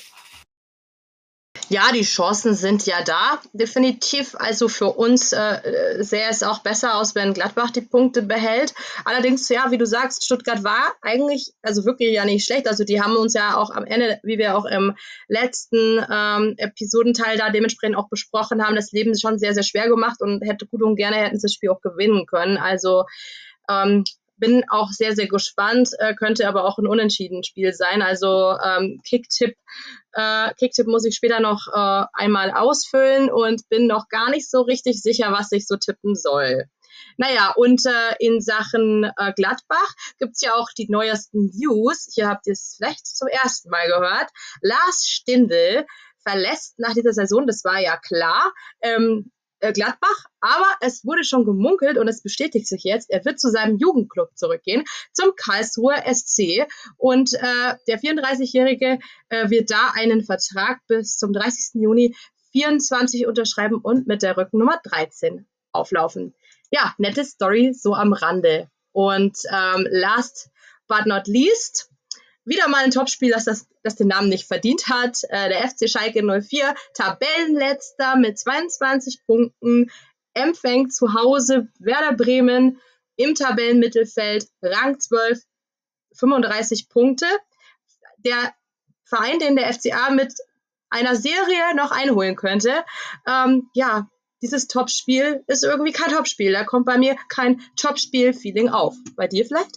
C: Ja, die Chancen sind ja da, definitiv. Also für uns äh, sähe es auch besser aus, wenn Gladbach die Punkte behält. Allerdings, ja, wie du sagst, Stuttgart war eigentlich, also wirklich ja nicht schlecht. Also die haben uns ja auch am Ende, wie wir auch im letzten ähm, Episodenteil da dementsprechend auch besprochen haben, das Leben schon sehr, sehr schwer gemacht und hätte gut und gerne hätten sie das Spiel auch gewinnen können. Also ähm, bin auch sehr, sehr gespannt, äh, könnte aber auch ein Unentschieden-Spiel sein. Also ähm, Kicktipp, äh, Kicktipp muss ich später noch äh, einmal ausfüllen und bin noch gar nicht so richtig sicher, was ich so tippen soll. Naja, und äh, in Sachen äh, Gladbach gibt's ja auch die neuesten News. Hier habt ihr es vielleicht zum ersten Mal gehört. Lars Stindl verlässt nach dieser Saison, das war ja klar, ähm, Gladbach, aber es wurde schon gemunkelt und es bestätigt sich jetzt, er wird zu seinem Jugendclub zurückgehen, zum Karlsruher S C, und äh, der vierunddreißigjährige äh, wird da einen Vertrag bis zum dreißigsten Juni vierundzwanzig unterschreiben und mit der Rückennummer dreizehn auflaufen. Ja, nette Story so am Rande. Und ähm, last but not least, wieder mal ein Topspiel, das, das, das den Namen nicht verdient hat. Äh, der F C Schalke null vier, Tabellenletzter mit zweiundzwanzig Punkten, empfängt zu Hause Werder Bremen im Tabellenmittelfeld, Rang zwölf, fünfunddreißig Punkte. Der Verein, den der F C A mit einer Serie noch einholen könnte. Ähm, ja, dieses Topspiel ist irgendwie kein Topspiel. Da kommt bei mir kein Topspiel-Feeling auf. Bei dir vielleicht?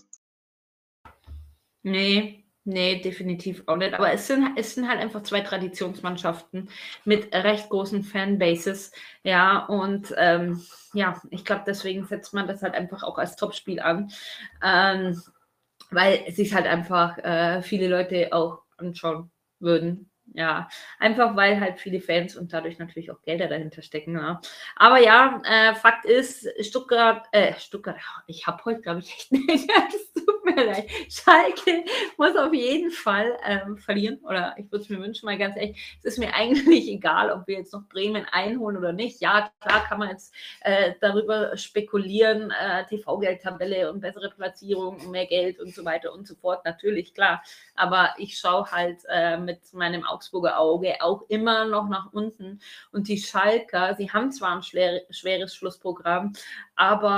B: Nee. Nee, definitiv auch nicht. Aber es sind, es sind halt einfach zwei Traditionsmannschaften mit recht großen Fanbases. Ja, und ähm, ja, ich glaube, deswegen setzt man das halt einfach auch als Topspiel an. Ähm, weil sich halt einfach äh, viele Leute auch anschauen würden. Ja, einfach weil halt viele Fans und dadurch natürlich auch Gelder dahinter stecken. Ja. Aber ja, äh, Fakt ist, Stuttgart, äh, Stuttgart, ich habe heute, glaube ich, echt nicht, das tut mir leid. Schalke muss auf jeden Fall ähm, verlieren, oder ich würde es mir wünschen, mal ganz ehrlich, es ist mir eigentlich egal, ob wir jetzt noch Bremen einholen oder nicht. Ja, klar kann man jetzt äh, darüber spekulieren, äh, T V-Geldtabelle und bessere Platzierung und mehr Geld und so weiter und so fort, natürlich, klar. Aber ich schaue halt äh, mit meinem Augsburger Auge auch immer noch nach unten. Und die Schalker, sie haben zwar ein schwer, schweres Schlussprogramm, aber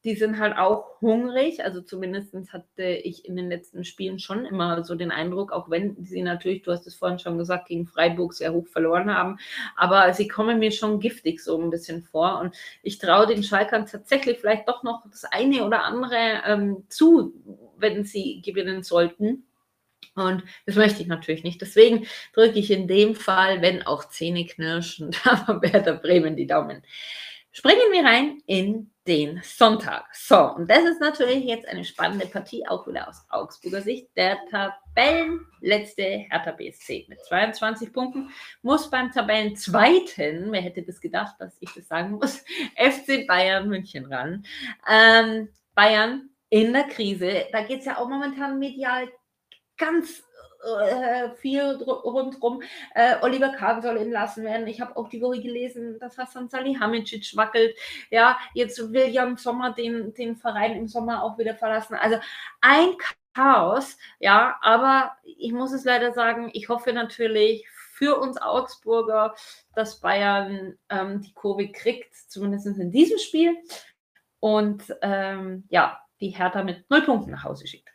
B: die sind halt auch hungrig. Also zumindest hatte ich in den letzten Spielen schon immer so den Eindruck, auch wenn sie natürlich, du hast es vorhin schon gesagt, gegen Freiburg sehr hoch verloren haben, aber sie kommen mir schon giftig so ein bisschen vor. Und ich traue den Schalkern tatsächlich vielleicht doch noch das eine oder andere ähm, zu, wenn sie gewinnen sollten. Und das möchte ich natürlich nicht. Deswegen drücke ich in dem Fall, wenn auch zähneknirschend, aber Werder Bremen die Daumen. Springen wir rein in den Sonntag. So, und das ist natürlich jetzt eine spannende Partie, auch wieder aus Augsburger Sicht. Der Tabellenletzte Hertha B S C mit zweiundzwanzig Punkten muss beim Tabellenzweiten, wer hätte das gedacht, dass ich das sagen muss, F C Bayern München ran. Ähm, Bayern in der Krise, da geht es ja auch momentan medial ganz äh, viel rundherum. Äh, Oliver Kahn soll entlassen werden. Ich habe auch die Woche gelesen, dass Hasan Salihamidzic wackelt. Ja, jetzt will Jan Sommer den, den Verein im Sommer auch wieder verlassen. Also ein Chaos, ja, aber ich muss es leider sagen, ich hoffe natürlich für uns Augsburger, dass Bayern ähm, die Kurve kriegt, zumindest in diesem Spiel. Und ähm, ja, die Hertha mit null Punkten nach Hause schickt.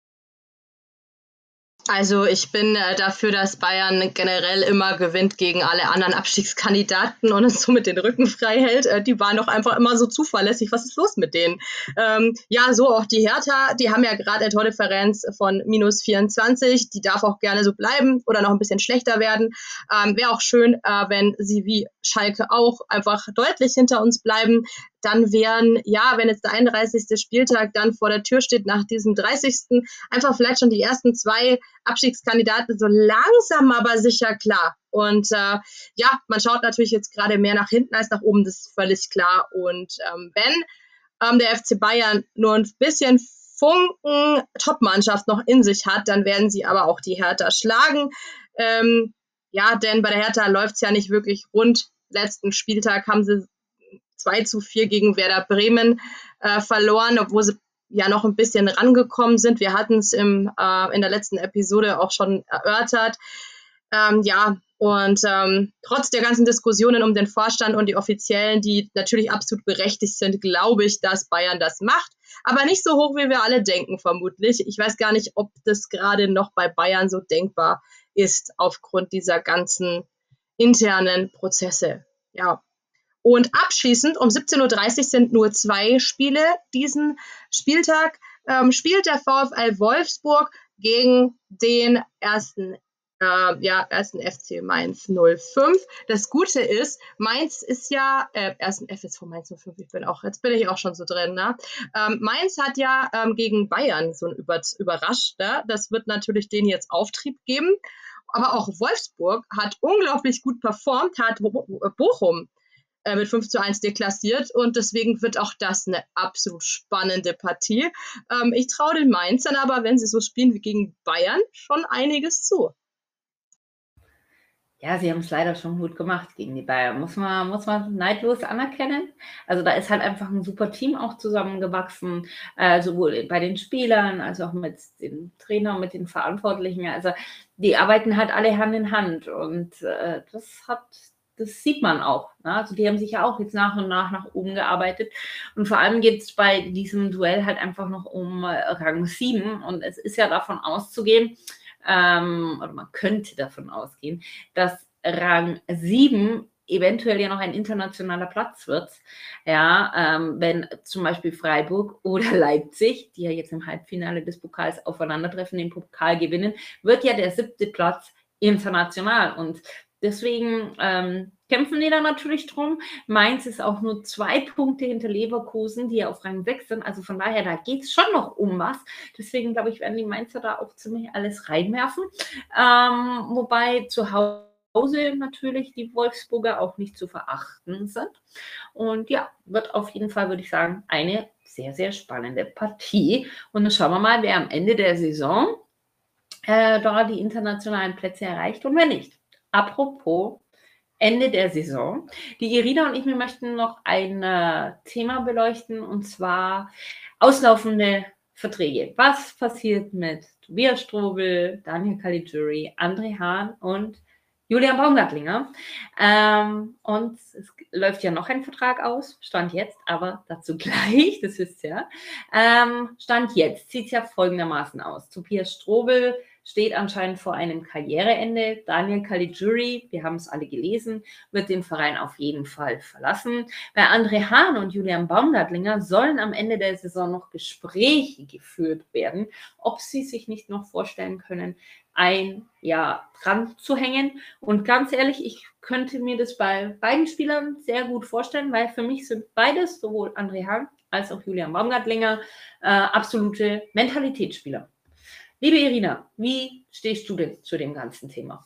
C: Also ich bin äh, dafür, dass Bayern generell immer gewinnt gegen alle anderen Abstiegskandidaten und es somit den Rücken frei hält. Äh, die waren doch einfach immer so zuverlässig. Was ist los mit denen? Ähm, ja, so auch die Hertha. Die haben ja gerade eine Tordifferenz von minus vierundzwanzig. Die darf auch gerne so bleiben oder noch ein bisschen schlechter werden. Ähm, Wäre auch schön, äh, wenn sie wie Schalke auch einfach deutlich hinter uns bleiben. Dann wären, ja, wenn jetzt der einunddreißigste Spieltag dann vor der Tür steht, nach diesem dreißigsten einfach vielleicht schon die ersten zwei Abstiegskandidaten so langsam aber sicher klar. Und äh, ja, man schaut natürlich jetzt gerade mehr nach hinten als nach oben, das ist völlig klar. Und ähm, wenn ähm, der F C Bayern nur ein bisschen Funken Top-Mannschaft noch in sich hat, dann werden sie aber auch die Hertha schlagen. Ähm, ja, denn bei der Hertha läuft es ja nicht wirklich rund. Letzten Spieltag haben sie zwei zu vier gegen Werder Bremen äh, verloren, obwohl sie ja noch ein bisschen rangekommen sind. Wir hatten es im, äh, in der letzten Episode auch schon erörtert. Ähm, ja, und ähm, trotz der ganzen Diskussionen um den Vorstand und die Offiziellen, die natürlich absolut berechtigt sind, glaube ich, dass Bayern das macht. Aber nicht so hoch, wie wir alle denken, vermutlich. Ich weiß gar nicht, ob das gerade noch bei Bayern so denkbar ist, aufgrund dieser ganzen internen Prozesse. Ja. Und abschließend um siebzehn Uhr dreißig sind nur zwei Spiele diesen Spieltag. Ähm, spielt der VfL Wolfsburg gegen den ersten, äh, ja, ersten F C Mainz null fünf. Das Gute ist, Mainz ist ja, äh, ersten F S V Mainz null fünf, ich bin auch, jetzt bin ich auch schon so drin, ne? Ähm, Mainz hat ja ähm, gegen Bayern so ein Über überrascht, ne? Das wird natürlich denen jetzt Auftrieb geben. Aber auch Wolfsburg hat unglaublich gut performt, hat Bochum mit fünf zu eins deklassiert und deswegen wird auch das eine absolut spannende Partie. Ähm, ich traue den Mainzern aber, wenn sie so spielen wie gegen Bayern, schon einiges zu.
B: Ja, sie haben es leider schon gut gemacht gegen die Bayern, muss man, muss man neidlos anerkennen. Also da ist halt einfach ein super Team auch zusammengewachsen, äh, sowohl bei den Spielern als auch mit dem Trainer und mit den Verantwortlichen. Also die arbeiten halt alle Hand in Hand und äh, das hat Das sieht man auch. Ne? Also die haben sich ja auch jetzt nach und nach nach oben gearbeitet. Und vor allem geht es bei diesem Duell halt einfach noch um äh, Rang sieben. Und es ist ja davon auszugehen, ähm, oder man könnte davon ausgehen, dass Rang sieben eventuell ja noch ein internationaler Platz wird. Ja, ähm, wenn zum Beispiel Freiburg oder Leipzig, die ja jetzt im Halbfinale des Pokals aufeinandertreffen, den Pokal gewinnen, wird ja der siebte Platz international. Und deswegen ähm, kämpfen die da natürlich drum. Mainz ist auch nur zwei Punkte hinter Leverkusen, die ja auf Rang sechs sind. Also von daher, da geht es schon noch um was. Deswegen, glaube ich, werden die Mainzer da auch ziemlich alles reinwerfen. Ähm, wobei zu Hause natürlich die Wolfsburger auch nicht zu verachten sind. Und ja, wird auf jeden Fall, würde ich sagen, eine sehr, sehr spannende Partie. Und dann schauen wir mal, wer am Ende der Saison äh, da die internationalen Plätze erreicht und wer nicht. Apropos Ende der Saison. Die Irina und ich, wir möchten noch ein äh, Thema beleuchten, und zwar auslaufende Verträge. Was passiert mit Tobias Strobel, Daniel Caligiuri, André Hahn und Julian Baumgartlinger. Ähm, und es läuft ja noch ein Vertrag aus, Stand jetzt, aber dazu gleich, das wisst ihr ja. Ähm, Stand jetzt sieht es ja folgendermaßen aus. Tobias Strobel steht anscheinend vor einem Karriereende. Daniel Caligiuri, wir haben es alle gelesen, wird den Verein auf jeden Fall verlassen. Bei André Hahn und Julian Baumgartlinger sollen am Ende der Saison noch Gespräche geführt werden, ob sie sich nicht noch vorstellen können, ein Jahr dran zu hängen. Und ganz ehrlich, ich könnte mir das bei beiden Spielern sehr gut vorstellen, weil für mich sind beides, sowohl André Hahn als auch Julian Baumgartlinger, äh, absolute Mentalitätsspieler. Liebe Irina, wie stehst du denn zu dem ganzen Thema?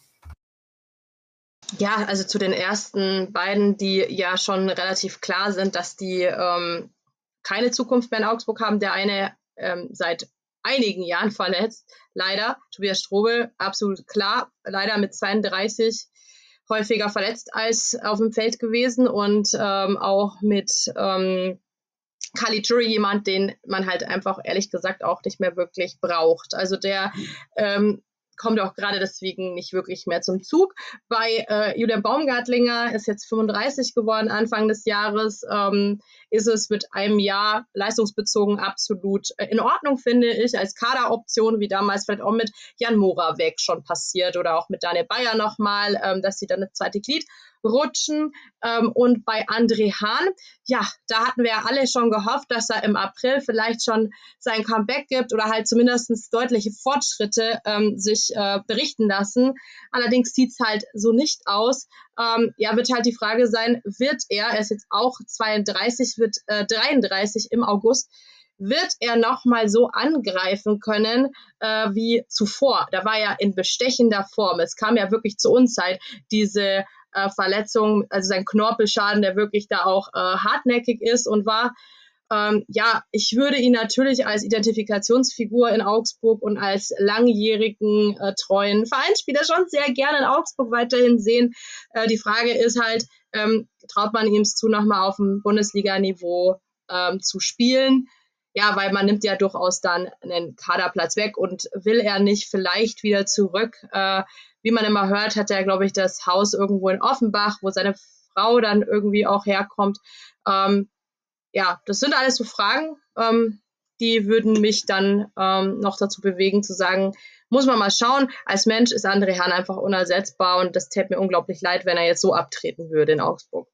C: Ja, also zu den ersten beiden, die ja schon relativ klar sind, dass die ähm, keine Zukunft mehr in Augsburg haben. Der eine ähm, seit einigen Jahren verletzt, leider. Tobias Strobel, absolut klar, leider mit zweiunddreißig häufiger verletzt als auf dem Feld gewesen und ähm, auch mit ähm, Caligiuri jemand, den man halt einfach ehrlich gesagt auch nicht mehr wirklich braucht. Also der ähm, kommt auch gerade deswegen nicht wirklich mehr zum Zug. Bei äh, Julian Baumgartlinger ist jetzt fünfunddreißig geworden, Anfang des Jahres, ähm, ist es mit einem Jahr leistungsbezogen absolut äh, in Ordnung, finde ich, als Kaderoption, wie damals vielleicht auch mit Jan Moravec schon passiert oder auch mit Daniel Bayer nochmal, ähm, dass sie dann das zweite Glied rutschen. Ähm, und bei André Hahn, ja, da hatten wir ja alle schon gehofft, dass er im April vielleicht schon sein Comeback gibt oder halt zumindest deutliche Fortschritte ähm, sich äh, berichten lassen. Allerdings sieht es halt so nicht aus. Ähm, ja, wird halt die Frage sein, wird er, er ist jetzt auch zweiunddreißig, wird äh, dreiunddreißig im August, wird er nochmal so angreifen können äh, wie zuvor? Da war er in bestechender Form. Es kam ja wirklich zur Unzeit diese äh, Verletzung, also sein Knorpelschaden, der wirklich da auch äh, hartnäckig ist und war. Ähm, ja, ich würde ihn natürlich als Identifikationsfigur in Augsburg und als langjährigen, äh, treuen Vereinsspieler schon sehr gerne in Augsburg weiterhin sehen. Äh, die Frage ist halt, ähm, traut man ihm es zu, nochmal auf dem Bundesliga-Niveau ähm, zu spielen? Ja, weil man nimmt ja durchaus dann einen Kaderplatz weg und will er nicht vielleicht wieder zurück. Äh, wie man immer hört, hat er, glaube ich, das Haus irgendwo in Offenbach, wo seine Frau dann irgendwie auch herkommt. Ähm, ja, das sind alles so Fragen, ähm, die würden mich dann ähm, noch dazu bewegen zu sagen, muss man mal schauen. Als Mensch ist André Hahn einfach unersetzbar und das täte mir unglaublich leid, wenn er jetzt so abtreten würde in Augsburg.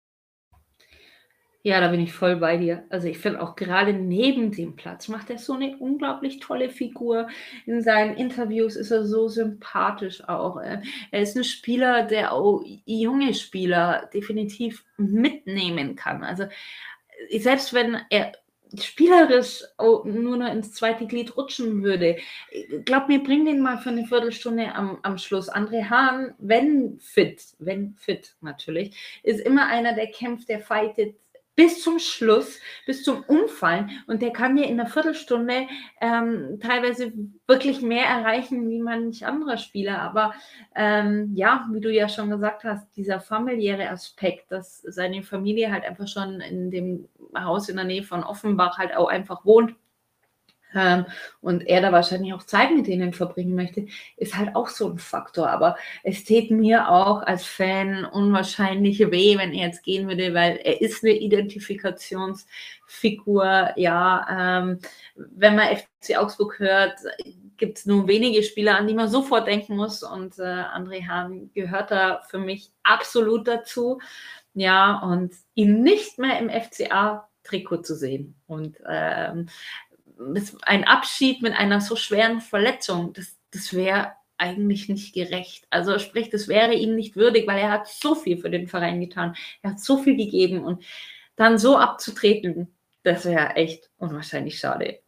B: Ja, da bin ich voll bei dir. Also ich finde auch gerade neben dem Platz macht er so eine unglaublich tolle Figur. In seinen Interviews ist er so sympathisch auch. Er ist ein Spieler, der auch junge Spieler definitiv mitnehmen kann. Also selbst wenn er spielerisch nur noch ins zweite Glied rutschen würde, glaub mir, bring den mal für eine Viertelstunde am, am Schluss. André Hahn, wenn fit, wenn fit natürlich, ist immer einer, der kämpft, der fightet bis zum Schluss, bis zum Umfallen und der kann dir in einer Viertelstunde ähm, teilweise wirklich mehr erreichen wie manch anderer Spieler, aber ähm, ja, wie du ja schon gesagt hast, dieser familiäre Aspekt, dass seine Familie halt einfach schon in dem Haus in der Nähe von Offenbach halt auch einfach wohnt, ähm, und er da wahrscheinlich auch Zeit mit denen verbringen möchte, ist halt auch so ein Faktor. Aber es tät mir auch als Fan unwahrscheinlich weh, wenn er jetzt gehen würde, weil er ist eine Identifikationsfigur. Ja, ähm, wenn man F C Augsburg hört, gibt es nur wenige Spieler, an die man sofort denken muss. Und äh, André Hahn gehört da für mich absolut dazu. Ja, und ihn nicht mehr im F C A-Trikot zu sehen. Und ähm, ein Abschied mit einer so schweren Verletzung, das, das wäre eigentlich nicht gerecht. Also sprich, das wäre ihm nicht würdig, weil er hat so viel für den Verein getan. Er hat so viel gegeben und dann so abzutreten, das wäre echt unwahrscheinlich schade.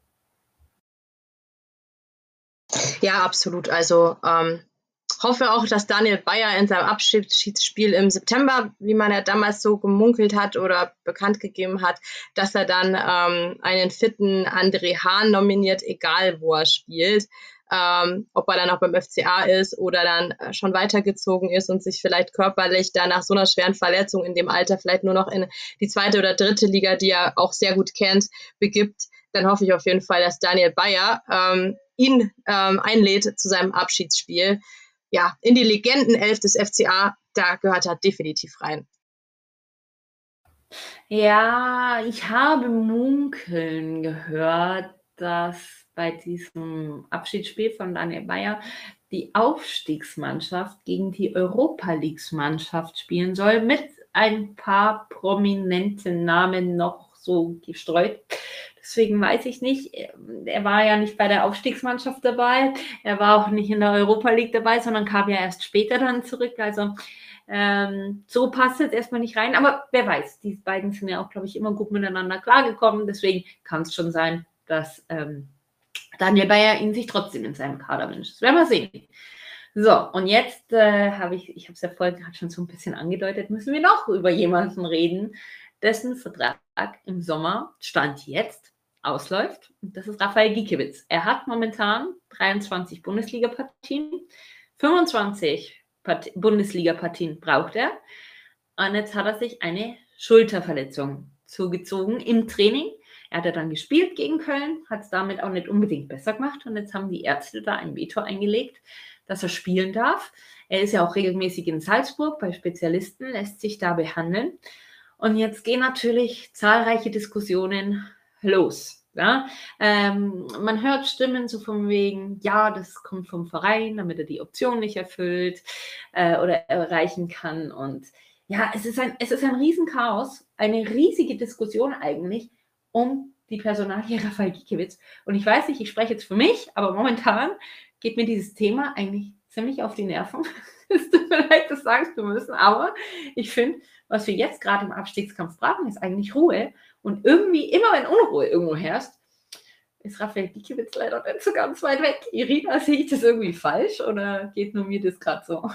C: Ja, absolut. Also ähm, hoffe auch, dass Daniel Bayer in seinem Abschiedsspiel im September, wie man ja damals so gemunkelt hat oder bekannt gegeben hat, dass er dann ähm, einen fitten André Hahn nominiert, egal wo er spielt. Ähm, ob er dann auch beim F C A ist oder dann schon weitergezogen ist und sich vielleicht körperlich dann nach so einer schweren Verletzung in dem Alter vielleicht nur noch in die zweite oder dritte Liga, die er auch sehr gut kennt, begibt, dann hoffe ich auf jeden Fall, dass Daniel Bayer ähm, ihn ähm, einlädt zu seinem Abschiedsspiel. ja, in die Legendenelf des F C A, da gehört er definitiv rein.
B: Ja, ich habe munkeln gehört, dass bei diesem Abschiedsspiel von Daniel Bayer die Aufstiegsmannschaft gegen die Europa-League-Mannschaft spielen soll, mit ein paar prominenten Namen noch so gestreut. Deswegen weiß ich nicht, er war ja nicht bei der Aufstiegsmannschaft dabei, er war auch nicht in der Europa League dabei, sondern kam ja erst später dann zurück. Also ähm, so passt es erstmal nicht rein, aber wer weiß, die beiden sind ja auch, glaube ich, immer gut miteinander klargekommen. Deswegen kann es schon sein, dass ähm, Daniel Bayer ihn sich trotzdem in seinem Kader wünscht. Das werden wir sehen. So, und jetzt äh, habe ich, ich habe es ja vorhin gerade schon so ein bisschen angedeutet, müssen wir noch über jemanden reden, dessen Vertrag im Sommer, Stand jetzt, ausläuft. Und das ist Rafael Gikiewicz. Er hat momentan dreiundzwanzig Bundesliga-Partien, fünfundzwanzig Part- Bundesliga-Partien braucht er. Und jetzt hat er sich eine Schulterverletzung zugezogen im Training. Er hat ja dann gespielt gegen Köln, hat es damit auch nicht unbedingt besser gemacht. Und jetzt haben die Ärzte da ein Veto eingelegt, dass er spielen darf. Er ist ja auch regelmäßig in Salzburg bei Spezialisten, lässt sich da behandeln. Und jetzt gehen natürlich zahlreiche Diskussionen los. Ja? Ähm, man hört Stimmen so von wegen, ja, das kommt vom Verein, damit er die Option nicht erfüllt äh, oder erreichen kann. Und ja, es ist ein, es ist ein Riesenchaos, eine riesige Diskussion eigentlich um die Personalie Rafael Gikiewicz. Und ich weiß nicht, ich spreche jetzt für mich, aber momentan geht mir dieses Thema eigentlich ziemlich auf die Nerven. Es tut mir leid, das sagen zu müssen, aber ich finde, was wir jetzt gerade im Abstiegskampf brauchen, ist eigentlich Ruhe. Und irgendwie, immer wenn Unruhe irgendwo herrscht, ist Rafael Gikiewicz leider nicht so ganz weit weg. Irina, sehe ich das irgendwie falsch oder geht nur mir das gerade so?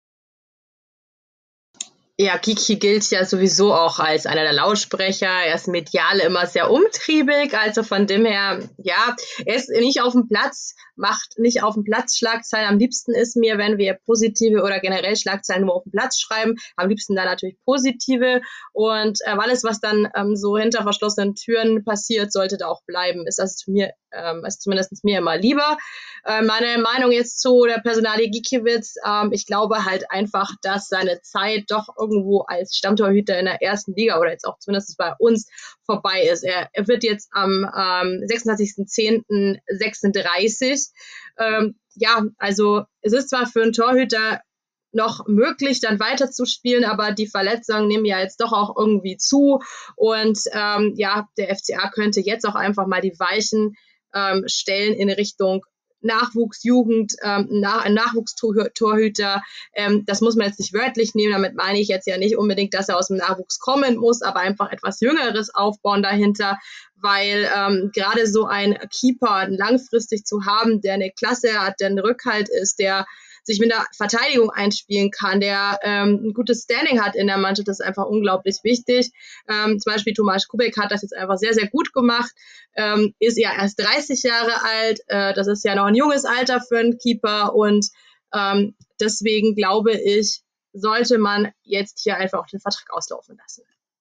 C: Ja, Kiki gilt ja sowieso auch als einer der Lautsprecher. Er ist medial immer sehr umtriebig, also von dem her, ja, er ist nicht auf dem Platz, macht nicht auf dem Platz Schlagzeilen. Am liebsten ist mir, wenn wir positive oder generell Schlagzeilen nur auf dem Platz schreiben, am liebsten dann natürlich positive. Und äh, alles, was dann ähm, so hinter verschlossenen Türen passiert, sollte da auch bleiben. Ist also zu mir, ähm, ist zumindest mir immer lieber. Äh, meine Meinung jetzt zu der Personalie Gikiewicz, ähm, ich glaube halt einfach, dass seine Zeit doch irgendwo als Stammtorhüter in der ersten Liga oder jetzt auch zumindest bei uns vorbei ist. Er, er wird jetzt am ähm, sechsundzwanzigsten zehnten sechsunddreißig. Ähm, ja, also es ist zwar für einen Torhüter noch möglich, dann weiter zu spielen, aber die Verletzungen nehmen ja jetzt doch auch irgendwie zu und ähm, ja, der F C A könnte jetzt auch einfach mal die Weichen ähm, stellen in Richtung Nachwuchs, Jugend, ähm, nach, ein Nachwuchstorhüter. Ähm, das muss man jetzt nicht wörtlich nehmen. Damit meine ich jetzt ja nicht unbedingt, dass er aus dem Nachwuchs kommen muss, aber einfach etwas Jüngeres aufbauen dahinter, weil ähm, gerade so ein Keeper langfristig zu haben, der eine Klasse hat, der ein Rückhalt ist, der sich mit der Verteidigung einspielen kann, der ähm, ein gutes Standing hat in der Mannschaft, das ist einfach unglaublich wichtig. Ähm, zum Beispiel Tomasz Kubek hat das jetzt einfach sehr, sehr gut gemacht, ähm, ist ja erst dreißig Jahre alt, äh, das ist ja noch ein junges Alter für einen Keeper und ähm, deswegen glaube ich, sollte man jetzt hier einfach auch den Vertrag auslaufen lassen.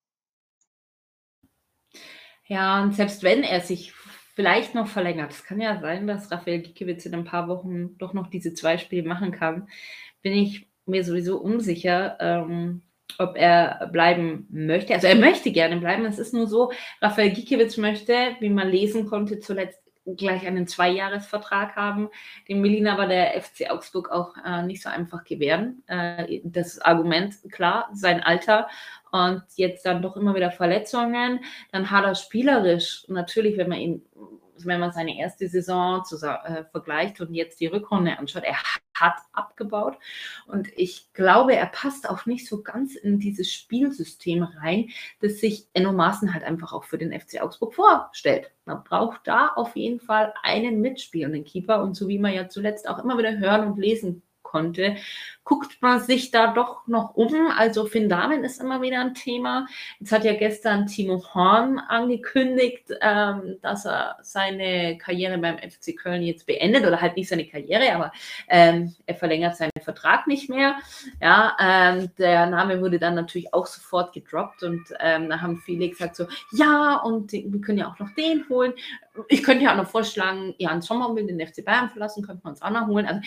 B: Ja, und selbst wenn er sich vielleicht noch verlängert, es kann ja sein, dass Rafael Gikiewicz in ein paar Wochen doch noch diese zwei Spiele machen kann, bin ich mir sowieso unsicher, ähm, ob er bleiben möchte. Also er möchte gerne bleiben, es ist nur so, Rafael Gikiewicz möchte, wie man lesen konnte, zuletzt gleich einen Zweijahresvertrag haben. Den will ihn aber der F C Augsburg auch äh, nicht so einfach gewähren. Äh, das Argument, klar, sein Alter und jetzt dann doch immer wieder Verletzungen. Dann hat er spielerisch natürlich, wenn man ihn, wenn man seine erste Saison zu, äh, vergleicht und jetzt die Rückrunde anschaut, er hat abgebaut und ich glaube, er passt auch nicht so ganz in dieses Spielsystem rein, das sich Enno Maaßen halt einfach auch für den F C Augsburg vorstellt. Man braucht da auf jeden Fall einen mitspielenden Keeper und so wie man ja zuletzt auch immer wieder hören und lesen konnte, guckt man sich da doch noch um. Also Finn Dahmen ist immer wieder ein Thema. Jetzt hat ja gestern Timo Horn angekündigt, ähm, dass er seine Karriere beim F C Köln jetzt beendet oder halt nicht seine Karriere, aber ähm, er verlängert seinen Vertrag nicht mehr. Ja, ähm, der Name wurde dann natürlich auch sofort gedroppt und ähm, da haben viele gesagt so, ja und wir können ja auch noch den holen. Ich könnte ja auch noch vorschlagen, Jan Sommer will den F C Bayern verlassen, könnten wir uns auch noch holen. Also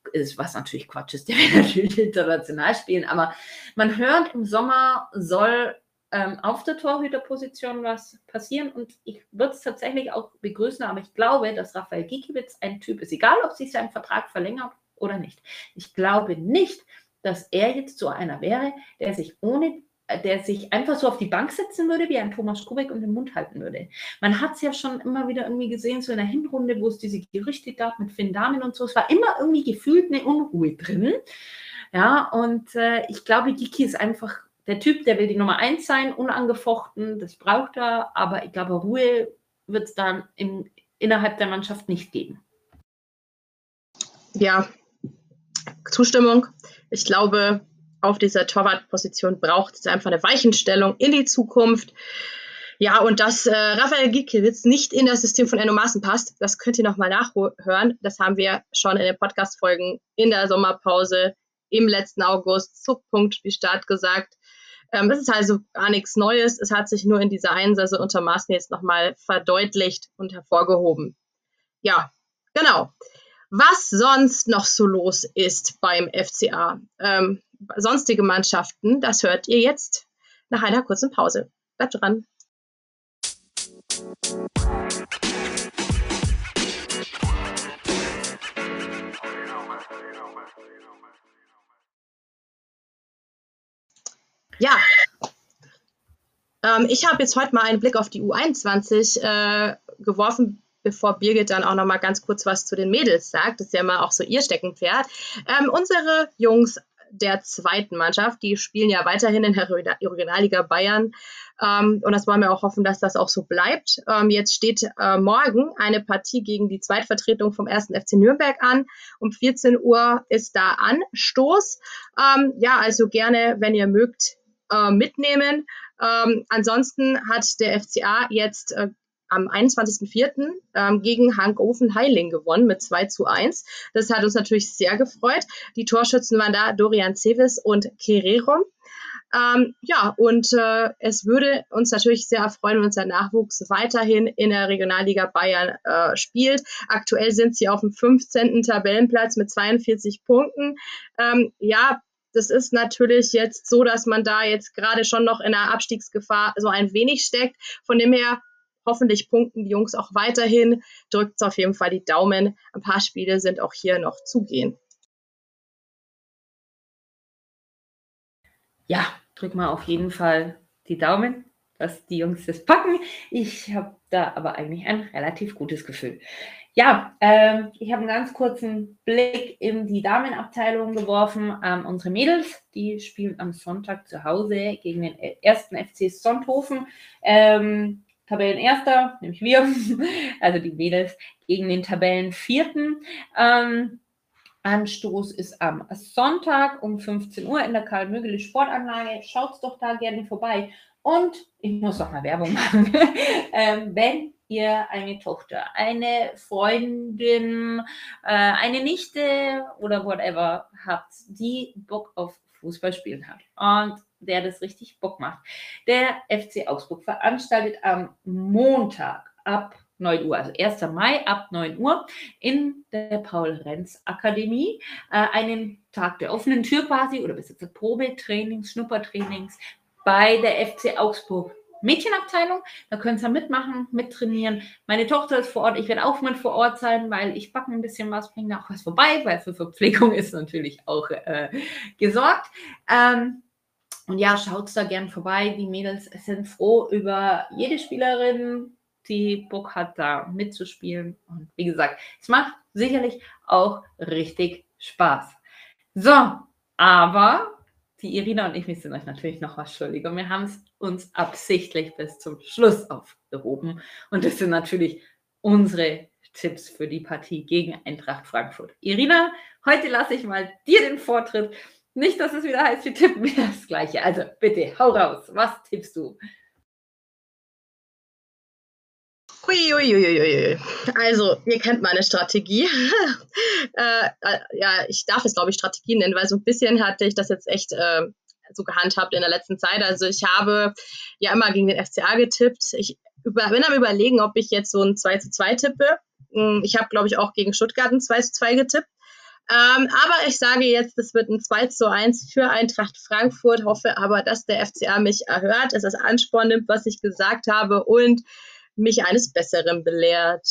B: ist, was natürlich Quatsch ist, der will natürlich international spielen, aber man hört, im Sommer soll ähm, auf der Torhüterposition was passieren und ich würde es tatsächlich auch begrüßen, aber ich glaube, dass Rafael Gikiewicz ein Typ ist, egal ob sich sein Vertrag verlängert oder nicht. Ich glaube nicht, dass er jetzt so einer wäre, der sich ohne der sich einfach so auf die Bank setzen würde, wie ein Thomas Kubek und den Mund halten würde. Man hat es ja schon immer wieder irgendwie gesehen, so in der Hinrunde, wo es diese Gerüchte gab mit Finn Dahmen und so, es war immer irgendwie gefühlt eine Unruhe drin. Ja, und äh, ich glaube, Giki ist einfach der Typ, der will die Nummer eins sein, unangefochten, das braucht er, aber ich glaube, Ruhe wird es dann im, innerhalb der Mannschaft nicht geben.
C: Ja, Zustimmung. Ich glaube, auf dieser Torwartposition braucht es einfach eine Weichenstellung in die Zukunft. Ja, und dass äh, Rafael Gikiewicz nicht in das System von Enno Maaßen passt, das könnt ihr nochmal nachhören. Das haben wir schon in den Podcast-Folgen in der Sommerpause im letzten August zu Punkt wie Start gesagt. Ähm, es ist also gar nichts Neues. Es hat sich nur in dieser einen Saison unter Maaßen jetzt nochmal verdeutlicht und hervorgehoben. Ja, genau. Was sonst noch so los ist beim F C A, ähm, sonstige Mannschaften, das hört ihr jetzt nach einer kurzen Pause. Bleibt dran. Ja, ähm, ich habe jetzt heute mal einen Blick auf die U einundzwanzig äh, geworfen, bevor Birgit dann auch noch mal ganz kurz was zu den Mädels sagt. Das ist ja mal auch so ihr Steckenpferd. Ähm, unsere Jungs der zweiten Mannschaft, die spielen ja weiterhin in der Regionalliga Bayern. Ähm, und das wollen wir auch hoffen, dass das auch so bleibt. Ähm, jetzt steht äh, morgen eine Partie gegen die Zweitvertretung vom ersten F C Nürnberg an. Um vierzehn Uhr ist da Anstoß. Ähm, ja, also gerne, wenn ihr mögt, äh, mitnehmen. Ähm, ansonsten hat der F C A jetzt äh, am einundzwanzigsten vierten Ähm, gegen Hankofen Heiling gewonnen mit zwei zu eins. Das hat uns natürlich sehr gefreut. Die Torschützen waren da Dorian Cevis und Kererom. Ähm, ja, und äh, es würde uns natürlich sehr erfreuen, wenn unser Nachwuchs weiterhin in der Regionalliga Bayern äh, spielt. Aktuell sind sie auf dem fünfzehnten Tabellenplatz mit zweiundvierzig Punkten. Ähm, ja, das ist natürlich jetzt so, dass man da jetzt gerade schon noch in der Abstiegsgefahr so ein wenig steckt. Von dem her hoffentlich punkten die Jungs auch weiterhin. Drückt auf jeden Fall die Daumen. Ein paar Spiele sind auch hier noch zu gehen.
B: Ja, drück mal auf jeden Fall die Daumen, dass die Jungs das packen. Ich habe da aber eigentlich ein relativ gutes Gefühl. Ja, ähm, ich habe einen ganz kurzen Blick in die Damenabteilung geworfen. Ähm, unsere Mädels, die spielen am Sonntag zu Hause gegen den ersten F C Sonthofen. Ähm, Tabellenerster, nämlich wir, also die Mädels, gegen den Tabellenvierten. Ähm, Anstoß ist am Sonntag um fünfzehn Uhr in der Karl-Mögele-Sportanlage. Schaut doch da gerne vorbei. Und ich muss noch mal Werbung machen. ähm, wenn ihr eine Tochter, eine Freundin, äh, eine Nichte oder whatever habt, die Bock auf Fußball spielen hat und der das richtig Bock macht. Der F C Augsburg veranstaltet am Montag ab neun Uhr, also ersten Mai ab neun Uhr in der Paul-Renz-Akademie äh, einen Tag der offenen Tür quasi oder bis jetzt Probetrainings, Schnuppertrainings bei der F C Augsburg Mädchenabteilung. Da könnt ihr mitmachen, mittrainieren. Meine Tochter ist vor Ort, ich werde auch mit vor Ort sein, weil ich backe ein bisschen was, bringe da auch was vorbei, weil für Verpflegung ist natürlich auch äh, gesorgt. Ähm, und ja, schaut da gern vorbei. Die Mädels sind froh über jede Spielerin, die Bock hat, da mitzuspielen. Und wie gesagt, es macht sicherlich auch richtig Spaß. So, aber die Irina und ich, wir sind euch natürlich noch was schuldig. Und wir haben es uns absichtlich bis zum Schluss aufgehoben. Und das sind natürlich unsere Tipps für die Partie gegen Eintracht Frankfurt. Irina, heute lasse ich mal dir den Vortritt. Nicht, dass es wieder heißt, wir tippen wieder das Gleiche. Also bitte, hau raus. Was tippst du?
C: Uiuiuiui. Also, ihr kennt meine Strategie. äh, äh, ja, ich darf es, glaube ich, Strategie nennen, weil so ein bisschen hatte ich das jetzt echt äh, so gehandhabt in der letzten Zeit. Also ich habe ja immer gegen den F C A getippt. Ich über, bin am Überlegen, ob ich jetzt so ein zwei zu zwei tippe. Ich habe, glaube ich, auch gegen Stuttgart ein zwei zu zwei getippt. Ähm, aber ich sage jetzt, es wird ein zwei zu eins für Eintracht Frankfurt, hoffe aber, dass der F C A mich erhört, es als Ansporn nimmt, was ich gesagt habe und mich eines Besseren belehrt.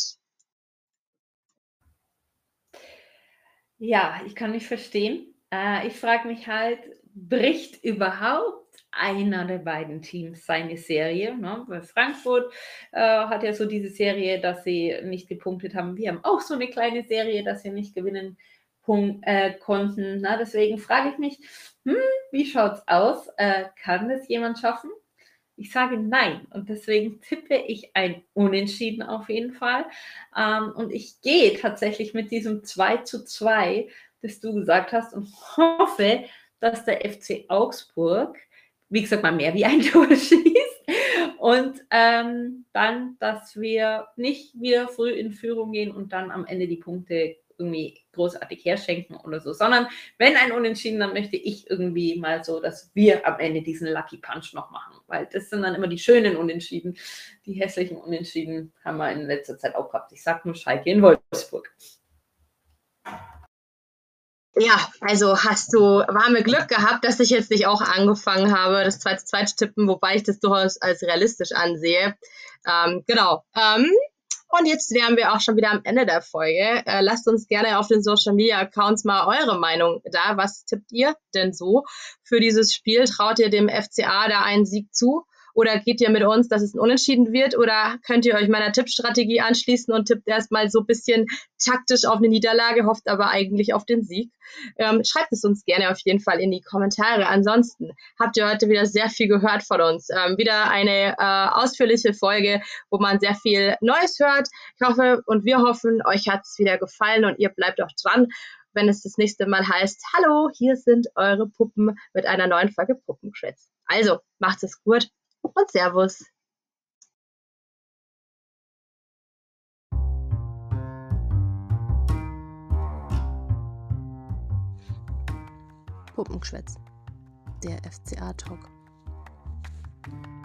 B: Ja, ich kann mich verstehen. Äh, ich frage mich halt, bricht überhaupt einer der beiden Teams seine Serie? Ne? Weil Frankfurt äh, hat ja so diese Serie, dass sie nicht gepunktet haben. Wir haben auch so eine kleine Serie, dass wir nicht gewinnen Punkt, äh, konnten. Na, deswegen frage ich mich, hm, wie schaut's aus? Äh, kann das jemand schaffen? Ich sage nein und deswegen tippe ich ein Unentschieden auf jeden Fall. Ähm, und ich gehe tatsächlich mit diesem zwei zu zwei, das du gesagt hast, und hoffe, dass der F C Augsburg, wie gesagt, mal mehr wie ein Tor schießt und ähm, dann, dass wir nicht wieder früh in Führung gehen und dann am Ende die Punkte irgendwie großartig herschenken oder so, sondern wenn ein Unentschieden, dann möchte ich irgendwie mal so, dass wir am Ende diesen Lucky Punch noch machen, weil das sind dann immer die schönen Unentschieden. Die hässlichen Unentschieden haben wir in letzter Zeit auch gehabt. Ich sag nur Schalke in Wolfsburg.
C: Ja, also hast du warme Glück gehabt, dass ich jetzt nicht auch angefangen habe, das zwei zu zwei zu tippen, wobei ich das durchaus als realistisch ansehe. Ähm, genau. Ähm, Und jetzt wären wir auch schon wieder am Ende der Folge. Äh, lasst uns gerne auf den Social Media Accounts mal eure Meinung da. Was tippt ihr denn so für dieses Spiel? Traut ihr dem F C A da einen Sieg zu? Oder geht ihr mit uns, dass es ein Unentschieden wird? Oder könnt ihr euch meiner Tippstrategie anschließen und tippt erstmal so ein bisschen taktisch auf eine Niederlage, hofft aber eigentlich auf den Sieg? Ähm, schreibt es uns gerne auf jeden Fall in die Kommentare. Ansonsten habt ihr heute wieder sehr viel gehört von uns. Ähm, wieder eine äh, ausführliche Folge, wo man sehr viel Neues hört. Ich hoffe und wir hoffen, euch hat es wieder gefallen und ihr bleibt auch dran, wenn es das nächste Mal heißt, hallo, hier sind eure Puppen mit einer neuen Folge Puppengeschwätz. Also, macht es gut und Servus.
A: Puppengeschwätz, der F C A-Talk.